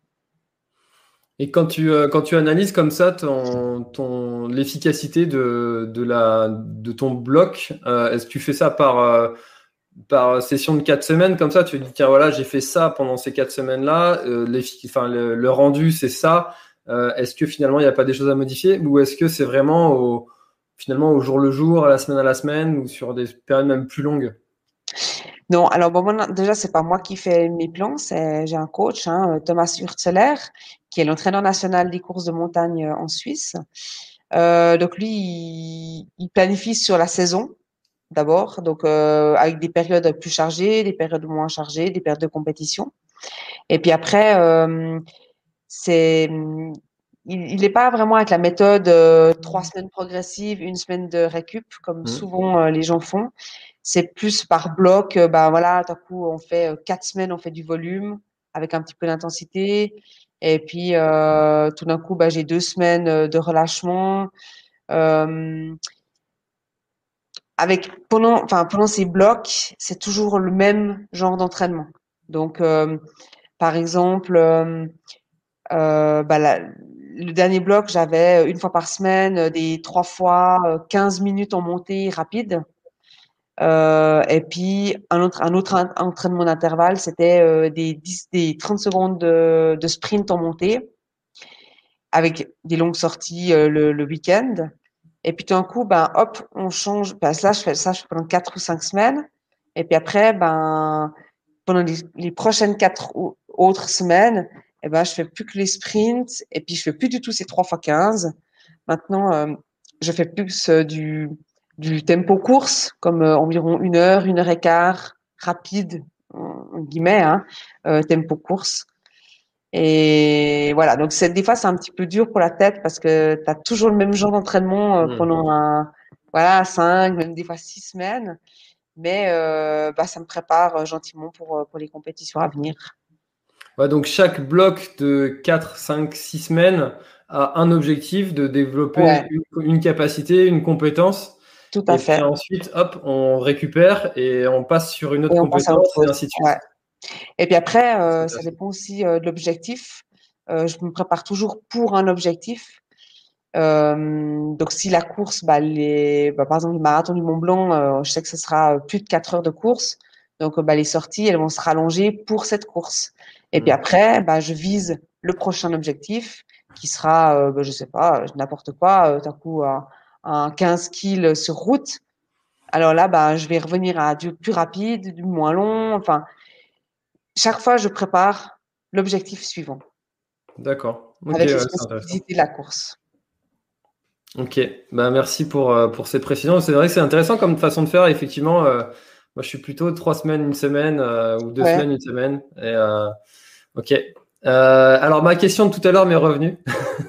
Et quand tu, euh, quand tu analyses comme ça ton, ton, l'efficacité de, de, la, de ton bloc, euh, est-ce que tu fais ça par, euh, par session de quatre semaines comme ça? Tu te dis, tiens, voilà, j'ai fait ça pendant ces quatre semaines-là, euh, l'effic- enfin, le, le rendu, c'est ça. Euh, est-ce que finalement, il n'y a pas des choses à modifier? Ou est-ce que c'est vraiment au, finalement au jour le jour, à la semaine à la semaine, ou sur des périodes même plus longues? Non, alors bon, moi, déjà, c'est pas moi qui fais mes plans, c'est j'ai un coach, hein, euh, Thomas Hurtzeler, qui est l'entraîneur national des courses de montagne euh, en Suisse. Euh, donc lui, il, il planifie sur la saison d'abord, donc euh, avec des périodes plus chargées, des périodes moins chargées, des périodes de compétition. Et puis après, euh, c'est il il n'est pas vraiment avec la méthode euh, trois semaines progressives, une semaine de récup, comme Hmm. souvent euh, les gens font. C'est plus par bloc. Euh, ben voilà, d'un coup, on fait euh, quatre semaines, on fait du volume avec un petit peu d'intensité. Et puis, euh, tout d'un coup, ben, j'ai deux semaines euh, de relâchement. Euh, avec pendant, enfin, pendant ces blocs, c'est toujours le même genre d'entraînement. Donc, euh, par exemple, euh, euh, bah, la- le dernier bloc, j'avais une fois par semaine euh, des trois fois euh, quinze minutes en montée rapide. Euh, et puis un autre, un autre en- entraînement d'intervalle, c'était euh, des dix, des trente secondes de, de sprint en montée avec des longues sorties euh, le, le week-end. Et puis tout d'un coup, ben hop, on change. Ben, ça, je fais ça je fais pendant quatre ou cinq semaines. Et puis après, ben pendant les, les prochaines quatre ou- autres semaines, eh ben, je fais plus que les sprints et puis je fais plus du tout ces trois fois quinze. Maintenant, euh, je fais plus euh, du, du tempo course, comme euh, environ une heure, une heure et quart, rapide, en en guillemets, hein, euh, tempo course. Et voilà, donc c'est, des fois, c'est un petit peu dur pour la tête parce que tu as toujours le même genre d'entraînement euh, Hmm. pendant un, voilà, cinq, même des fois six semaines. Mais euh, bah, ça me prépare euh, gentiment pour, euh, pour les compétitions à venir. Ouais, donc chaque bloc de quatre, cinq, six semaines a un objectif de développer Ouais, une, une capacité, une compétence. tout à Et puis fait. ensuite, hop, on récupère et on passe sur une autre Et on passe à autre compétence et chose. ainsi de suite. Ouais. Et puis après, C'est euh, ça intéressant. dépend aussi euh, de l'objectif. Euh, je me prépare toujours pour un objectif. Euh, donc si la course, bah, les, bah, par exemple le marathon du Mont Blanc, euh, je sais que ce sera plus de quatre heures de course. Donc euh, bah, les sorties, elles vont se rallonger pour cette course. Et puis Hmm. après, bah, je vise le prochain objectif qui sera, euh, bah, je sais pas, n'importe quoi, euh, tout à coup un, un quinze kills sur route. Alors là, bah, je vais revenir à du plus rapide, du moins long. Enfin, chaque fois, je prépare l'objectif suivant D'accord. Ok, avec les ouais, c'est intéressant. spécificités de la course. Ok, bah merci pour, euh, pour ces précisions. C'est vrai que c'est intéressant comme façon de faire. Effectivement, euh, moi je suis plutôt trois semaines, une semaine euh, ou deux Ouais. semaines, une semaine. Et, euh, ok. Euh, alors ma question de tout à l'heure m'est revenue.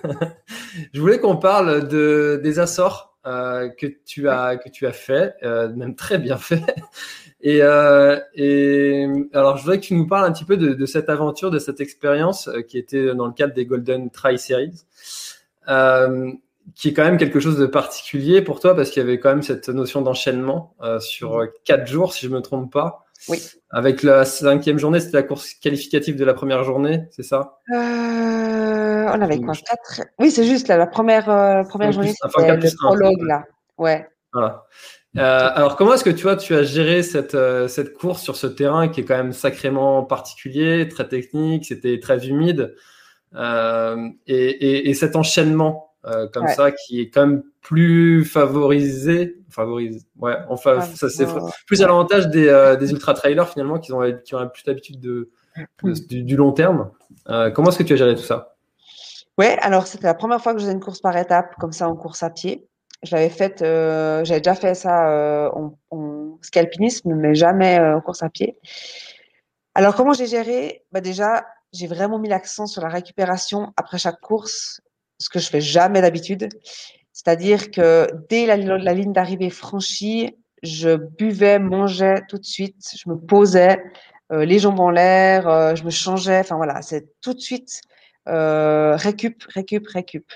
Je voulais qu'on parle de, des Açores euh, que tu as que tu as fait, euh, même très bien fait. Et, euh, et alors je voudrais que tu nous parles un petit peu de, de cette aventure, de cette expérience euh, qui était dans le cadre des Golden Tri Series, euh, qui est quand même quelque chose de particulier pour toi parce qu'il y avait quand même cette notion d'enchaînement euh, sur quatre jours, si je me trompe pas. Oui. Avec la cinquième journée, c'était la course qualificative de la première journée, c'est ça? Euh, on avait quoi? Je- Quatre. Oui, c'est juste là, la première, euh, première Cinq journée, plus, enfin c'était quatre le plus un. prologue là. Ouais. Voilà. Euh, alors, comment est-ce que tu vois, tu as géré cette, euh, cette course sur ce terrain qui est quand même sacrément particulier, très technique, c'était très humide, euh, et, et, et cet enchaînement euh, comme Ouais. ça qui est quand même plus favorisé, favorise, ouais, enfin, Ah, ça c'est euh, plus à ouais. l'avantage des, euh, des ultra trailers finalement qui ont, qui ont plus l'habitude de, de- du, du long terme. Euh, comment est-ce que tu as géré tout ça? Ouais, alors c'était la première fois que je faisais une course par étapes, comme ça en course à pied. Je l'avais faite, euh, j'avais déjà fait ça euh, en, en ski alpinisme, mais jamais euh, en course à pied. Alors comment j'ai géré? Bah déjà, j'ai vraiment mis l'accent sur la récupération après chaque course, ce que je fais jamais d'habitude. C'est-à-dire que dès la, la ligne d'arrivée franchie, je buvais, mangeais tout de suite, je me posais, euh, les jambes en l'air, euh, je me changeais. Enfin voilà, c'est tout de suite euh, récup, récup, récup.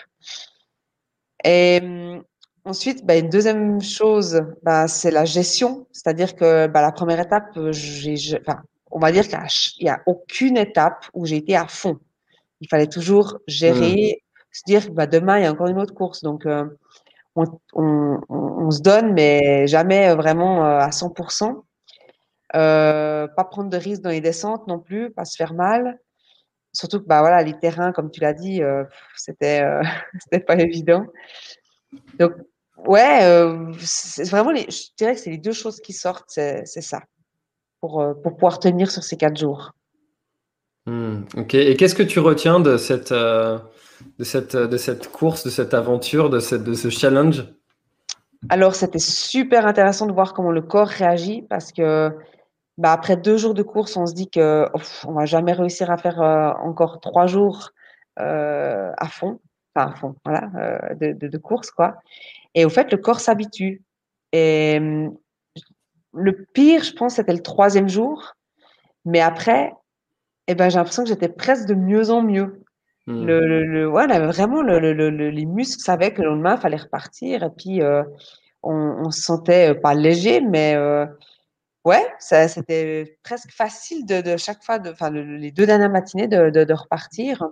Et hum, ensuite, bah, une deuxième chose, bah, c'est la gestion. C'est-à-dire que bah, la première étape, euh, j'ai, je- enfin, on va dire qu'il n'y a, a aucune étape où j'ai été à fond. Il fallait toujours Hmm. gérer, se dire que bah, demain, il y a encore une autre course. Donc, euh, on, on, on, on se donne, mais jamais euh, vraiment euh, à cent pour cent. Euh, pas prendre de risques dans les descentes non plus, pas se faire mal. Surtout que bah voilà, les terrains, comme tu l'as dit, euh, c'était euh, c'était pas évident. Donc ouais, euh, c'est vraiment les, je dirais que c'est les deux choses qui sortent, c'est c'est ça, pour euh, pour pouvoir tenir sur ces quatre jours. Hmm, ok. Et qu'est-ce que tu retiens de cette, euh, de cette, de cette course, de cette aventure, de cette, de ce challenge? Alors c'était super intéressant de voir comment le corps réagit parce que bah, après deux jours de course, on se dit que ouf, on va jamais réussir à faire euh, encore trois jours euh, à fond, enfin à fond, voilà, euh, de, de, de course quoi. Et au fait, le corps s'habitue. Et hum, le pire, je pense, c'était le troisième jour. Mais après, eh ben, j'ai l'impression que j'étais presque de mieux en mieux. Hmm. Le, le, le- ouais, on avait vraiment le, le, le- le- les muscles savaient que le lendemain, il fallait repartir. Et puis, euh, on, on se sentait euh, pas léger, mais euh, ouais, ça, c'était presque facile de, de chaque fois, de, enfin, le- les deux dernières matinées, de, de, de repartir.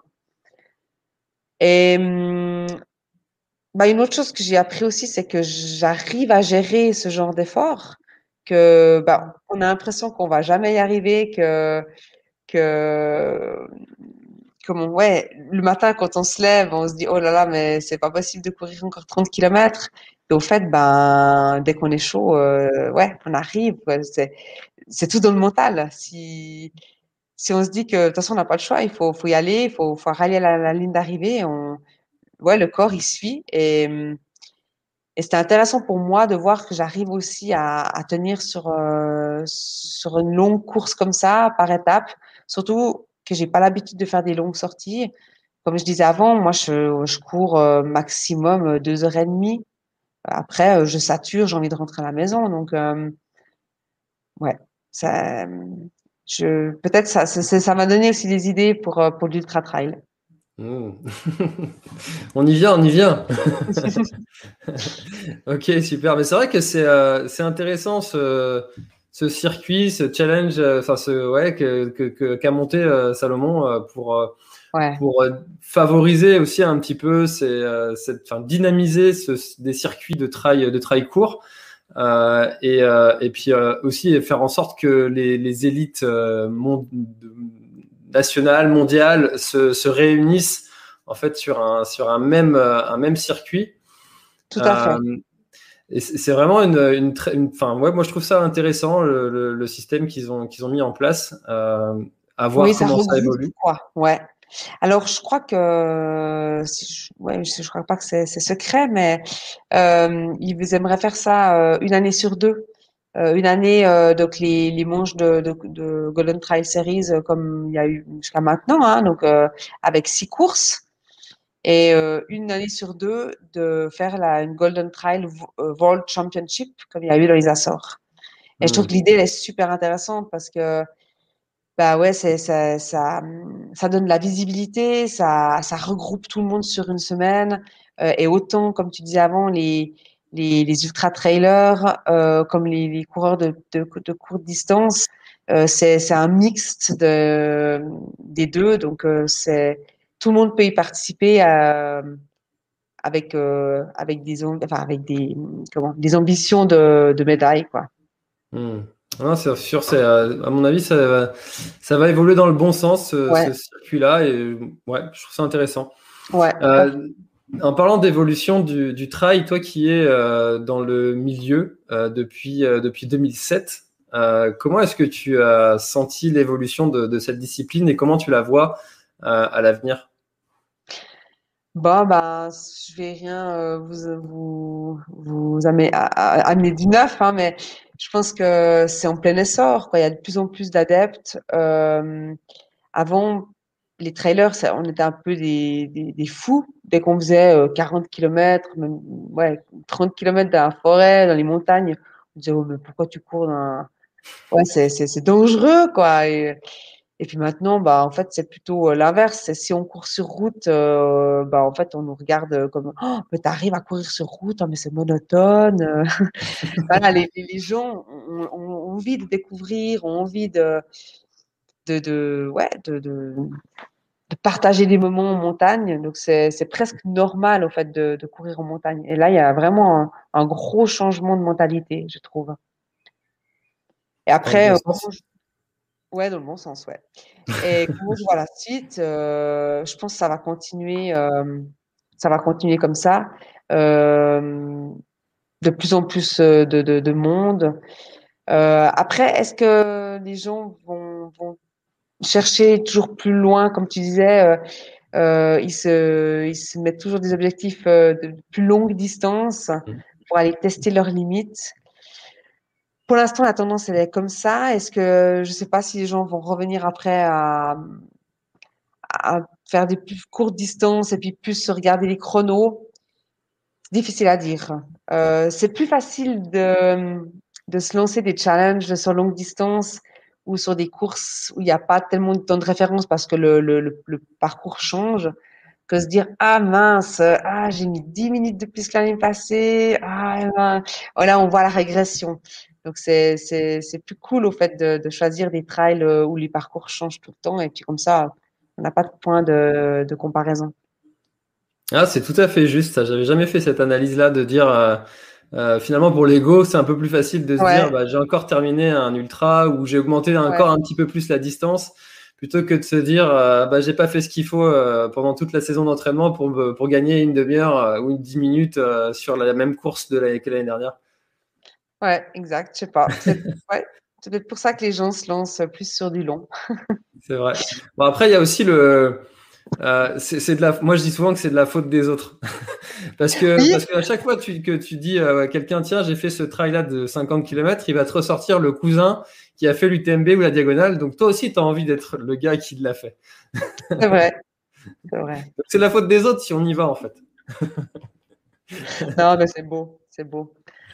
Et hum, bah, une autre chose que j'ai appris aussi, c'est que j'arrive à gérer ce genre d'effort, que bah, on a l'impression qu'on va jamais y arriver, que que comment, ouais, le matin, quand on se lève, on se dit, oh là là, mais c'est pas possible de courir encore trente kilomètres. Et au fait, ben, dès qu'on est chaud, euh, ouais, on arrive, quoi. C'est, c'est tout dans le mental. Si, si on se dit que, de toute façon, on n'a pas le choix, il faut, faut y aller, il faut, faut rallier la, la ligne d'arrivée, on, ouais, le corps, il suit. Et, et c'était intéressant pour moi de voir que j'arrive aussi à, à tenir sur, euh, sur une longue course comme ça, par étapes. Surtout que j'ai pas l'habitude de faire des longues sorties. Comme je disais avant, moi, je, je cours euh, maximum euh, deux heures et demie. Après, euh, je sature, j'ai envie de rentrer à la maison. Donc, euh, ouais, ça, je, peut-être ça, ça, ça m'a donné aussi des idées pour, euh, pour l'ultra trail. Mmh. On y vient, on y vient. Ok, super. Mais c'est vrai que c'est euh, c'est intéressant ce, ce circuit, ce challenge, euh, enfin ce ouais que que que- qu'a monté euh, Salomon euh, pour euh, Ouais, pour euh, favoriser aussi un petit peu ces, euh, cette, enfin dynamiser ce, des circuits de trail de trail court. Euh, et, euh, et puis euh, aussi faire en sorte que les, les élites euh, mon- de- nationales, mondiales se, se réunissent en fait sur un sur un même euh, un même circuit. tout à fait. Euh, et c'est c'est vraiment une une, très- une enfin ouais, moi je trouve ça intéressant le, le, le système qu'ils ont qu'ils ont mis en place. Euh, à voir Oui, ça comment ça regroupe évolue. quoi. Ouais. Alors, je crois que, si je, ouais, je, je crois pas que c'est c'est secret, mais euh, ils aimeraient faire ça euh, une année sur deux. Euh, une année, euh, donc les, les manches de, de, de Golden Trail Series, euh, comme il y a eu jusqu'à maintenant, hein, donc euh, avec six courses, et euh, une année sur deux de faire la une Golden Trail Wo- euh, World Championship, comme il y a eu dans les Açores. Et je trouve que Hmm. l'idée elle est super intéressante parce que bah ouais, c'est ça, ça, ça donne de la visibilité, ça, ça regroupe tout le monde sur une semaine. Euh, et autant, comme tu disais avant, les, les, les ultra trailers, euh, comme les, les coureurs de, de, de courte distance, euh, c'est, c'est un mixte de, des deux. Donc, euh, c'est, tout le monde peut y participer euh, avec, euh, avec des, am- enfin, avec des, comment, des ambitions de, de médailles, quoi. Hmm. Non, c'est sûr, c'est euh, à mon avis ça va, ça va évoluer dans le bon sens ce, Ouais, ce circuit-là et ouais, je trouve ça intéressant. ouais, tout à fait. Euh, En parlant d'évolution du, du trail, toi qui es euh, dans le milieu euh, depuis euh, depuis deux mille sept, euh, comment est-ce que tu as senti l'évolution de, de cette discipline et comment tu la vois euh, à l'avenir? Bon, bah, je vais rien euh, vous, vous, vous amener, à- à- amener du neuf, hein, mais je pense que c'est en plein essor, quoi. Il y a de plus en plus d'adeptes. Euh, avant, les trailers, ça- on était un peu des, des, des fous. Dès qu'on faisait euh, quarante kilomètres, même, ouais, trente kilomètres dans la forêt, dans les montagnes, on disait, oh, mais pourquoi tu cours dans... Ouais, c'est, c'est, c'est dangereux, quoi. Et, et puis maintenant, bah, en fait, c'est plutôt euh, l'inverse. C'est si on court sur route, euh, bah, en fait, on nous regarde euh, comme, oh, mais t'arrives à courir sur route, oh, mais c'est monotone. euh. Voilà, les, les les gens ont, ont- ont envie de découvrir, ont envie de, de, de, ouais, de, de, de partager des moments en montagne. Donc, c'est, c'est presque normal, au fait, de, de courir en montagne. Et là, il y a vraiment un, un gros changement de mentalité, je trouve. Et Dans le après, bon euh, sens? ouais, dans le bon sens, ouais. Et comment je vois la suite, euh, je pense que ça va continuer, euh, ça va continuer comme ça. Euh, de plus en plus euh, de, de, de monde. Euh, après, est-ce que les gens vont, vont chercher toujours plus loin, comme tu disais, euh, euh, ils se, ils se mettent toujours des objectifs euh, de plus longue distance pour aller tester leurs limites. Pour l'instant, la tendance, elle est comme ça. Est-ce que, je sais pas si les gens vont revenir après à, à faire des plus courtes distances et puis plus se regarder les chronos. C'est difficile à dire. Euh, c'est plus facile de, de se lancer des challenges sur longue distance ou sur des courses où il n'y a pas tellement de temps de référence parce que le, le, le, le parcours change que se dire ah mince, ah j'ai mis dix minutes de plus que l'année passée, ah ben, voilà, on voit la régression. Donc c'est c'est c'est plus cool au fait de, de choisir des trails euh, où les parcours changent tout le temps et puis comme ça on n'a pas de point de, de comparaison. Ah, c'est tout à fait juste. Ça, j'avais jamais fait cette analyse-là de dire euh, euh, finalement pour l'ego, c'est un peu plus facile de se dire Ouais, bah, j'ai encore terminé un ultra ou j'ai augmenté ouais, encore un petit peu plus la distance plutôt que de se dire euh, bah j'ai pas fait ce qu'il faut euh, pendant toute la saison d'entraînement pour pour gagner une demi-heure euh, ou une dix minutes euh, sur la même course de l'année, que l'année dernière. Ouais, exact, je sais pas. C'est, ouais, c'est peut-être pour ça que les gens se lancent plus sur du long. C'est vrai. Bon, après, il y a aussi le. Euh, c'est, c'est de la. Moi, je dis souvent que c'est de la faute des autres, parce que Oui. parce qu'à chaque fois tu, que tu dis euh, à quelqu'un tiens j'ai fait ce trail là de cinquante kilomètres, il va te ressortir le cousin qui a fait l'U T M B ou la diagonale. Donc toi aussi, tu as envie d'être le gars qui l'a fait. C'est vrai, c'est vrai. Donc, c'est de la faute des autres si on y va en fait. Non, mais c'est beau, c'est beau.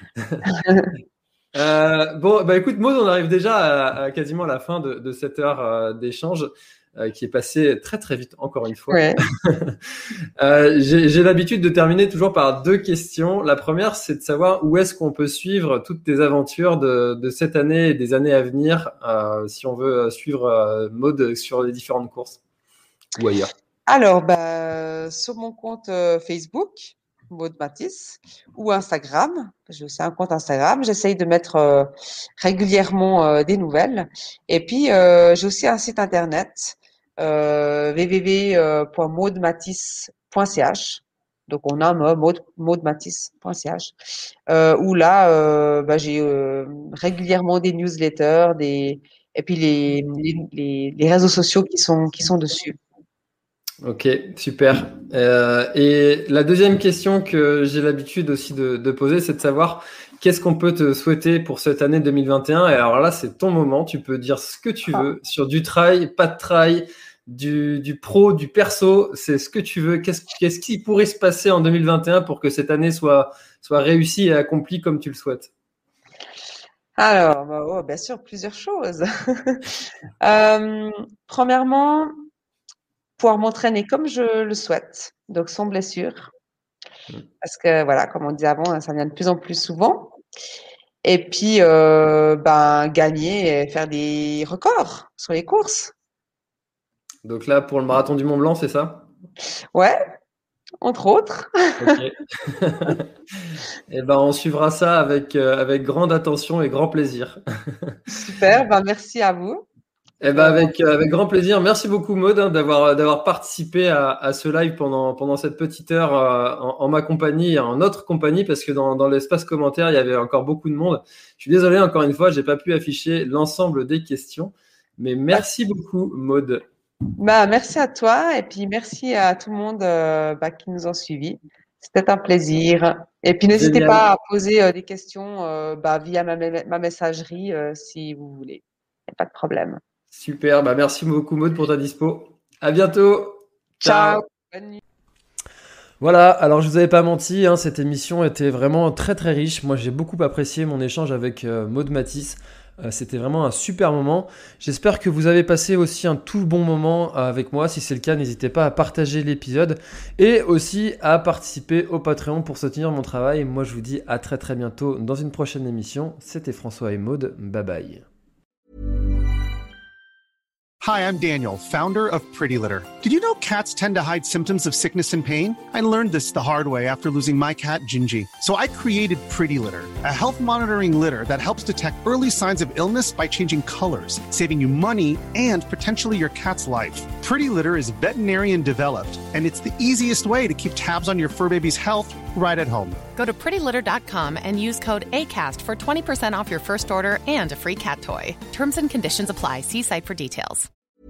Euh, bon, bah écoute, Maud, on arrive déjà à, à quasiment la fin de, de cette heure euh, d'échange euh, qui est passée très très vite, encore une fois. Ouais. euh, j'ai, j'ai l'habitude de terminer toujours par deux questions. La première, c'est de savoir où est-ce qu'on peut suivre toutes tes aventures de, de cette année et des années à venir, euh, si on veut suivre euh, Maud sur les différentes courses ou ailleurs. Alors, bah, sur mon compte euh, Facebook, Maud Matisse, ou Instagram. J'ai aussi un compte Instagram. J'essaye de mettre euh, régulièrement euh, des nouvelles. Et puis, euh, j'ai aussi un site internet, euh, w w w point maud matisse point c h. Donc, on a maud, maud matisse point c h. Euh, où là, euh, bah, j'ai euh, régulièrement des newsletters, des et puis les, les, les, les réseaux sociaux qui sont, qui sont dessus. Ok, super. Euh, et la deuxième question que j'ai l'habitude aussi de, de poser, c'est de savoir qu'est-ce qu'on peut te souhaiter pour cette année deux mille vingt et un. Et alors là, c'est ton moment. Tu peux dire ce que tu veux sur du trail, pas de trail, du, du pro, du perso. C'est ce que tu veux. Qu'est-ce, qu'est-ce qui pourrait se passer en deux mille vingt et un pour que cette année soit, soit réussie et accomplie comme tu le souhaites? Alors, bah, oh, bien sûr, plusieurs choses. euh, premièrement, pouvoir m'entraîner comme je le souhaite, donc sans blessure. Parce que, voilà, comme on disait avant, ça vient de plus en plus souvent. Et puis, euh, ben, gagner et faire des records sur les courses. Donc là, pour le marathon du Mont Blanc, c'est ça? Ouais, entre autres. Ok. Et ben, on suivra ça avec, euh, avec grande attention et grand plaisir. Super, ben, merci à vous. Eh ben avec, euh, avec grand plaisir. Merci beaucoup Maud hein, d'avoir, d'avoir participé à, à ce live pendant, pendant cette petite heure euh, en, en ma compagnie et en notre compagnie parce que dans, dans l'espace commentaire, il y avait encore beaucoup de monde. Je suis désolé encore une fois, j'ai pas pu afficher l'ensemble des questions. Mais merci beaucoup Maud. Bah, merci à toi et puis merci à tout le monde euh, bah, qui nous ont suivis. C'était un plaisir. Et puis n'hésitez Génial. pas à poser euh, des questions euh, bah, via ma, ma messagerie euh, si vous voulez. Il n'y a pas de problème. Super, bah merci beaucoup Maud pour ta dispo. À bientôt. Ciao. Bonne nuit. Voilà, alors je vous avais pas menti, hein, cette émission était vraiment très très riche. Moi j'ai beaucoup apprécié mon échange avec euh, Maud Matisse. Euh, c'était vraiment un super moment. J'espère que vous avez passé aussi un tout bon moment avec moi. Si c'est le cas, n'hésitez pas à partager l'épisode et aussi à participer au Patreon pour soutenir mon travail. Moi je vous dis à très très bientôt dans une prochaine émission. C'était François et Maud. Bye bye. Hi, I'm Daniel, founder of Pretty Litter. Did you know cats tend to hide symptoms of sickness and pain? I learned this the hard way after losing my cat, Gingy. So I created Pretty Litter, a health monitoring litter that helps detect early signs of illness by changing colors, saving you money and potentially your cat's life. Pretty Litter is veterinarian developed, and it's the easiest way to keep tabs on your fur baby's health right at home. Go to pretty litter dot com and use code ACAST for twenty percent off your first order and a free cat toy. Terms and conditions apply. See site for details.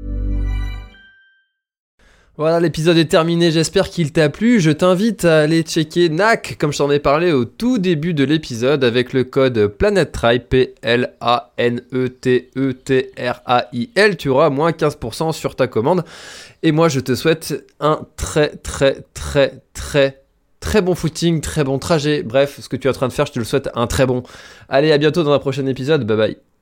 Voilà, l'épisode est terminé, j'espère qu'il t'a plu. Je t'invite à aller checker N A C, comme je t'en ai parlé au tout début de l'épisode, avec le code PLANETRAIL, P L A N E T E T R A I L. Tu auras moins quinze pour cent sur ta commande. Et moi, je te souhaite un très, très, très, très, très bon footing, très bon trajet. Bref, ce que tu es en train de faire, je te le souhaite un très bon. Allez, à bientôt dans un prochain épisode. Bye bye.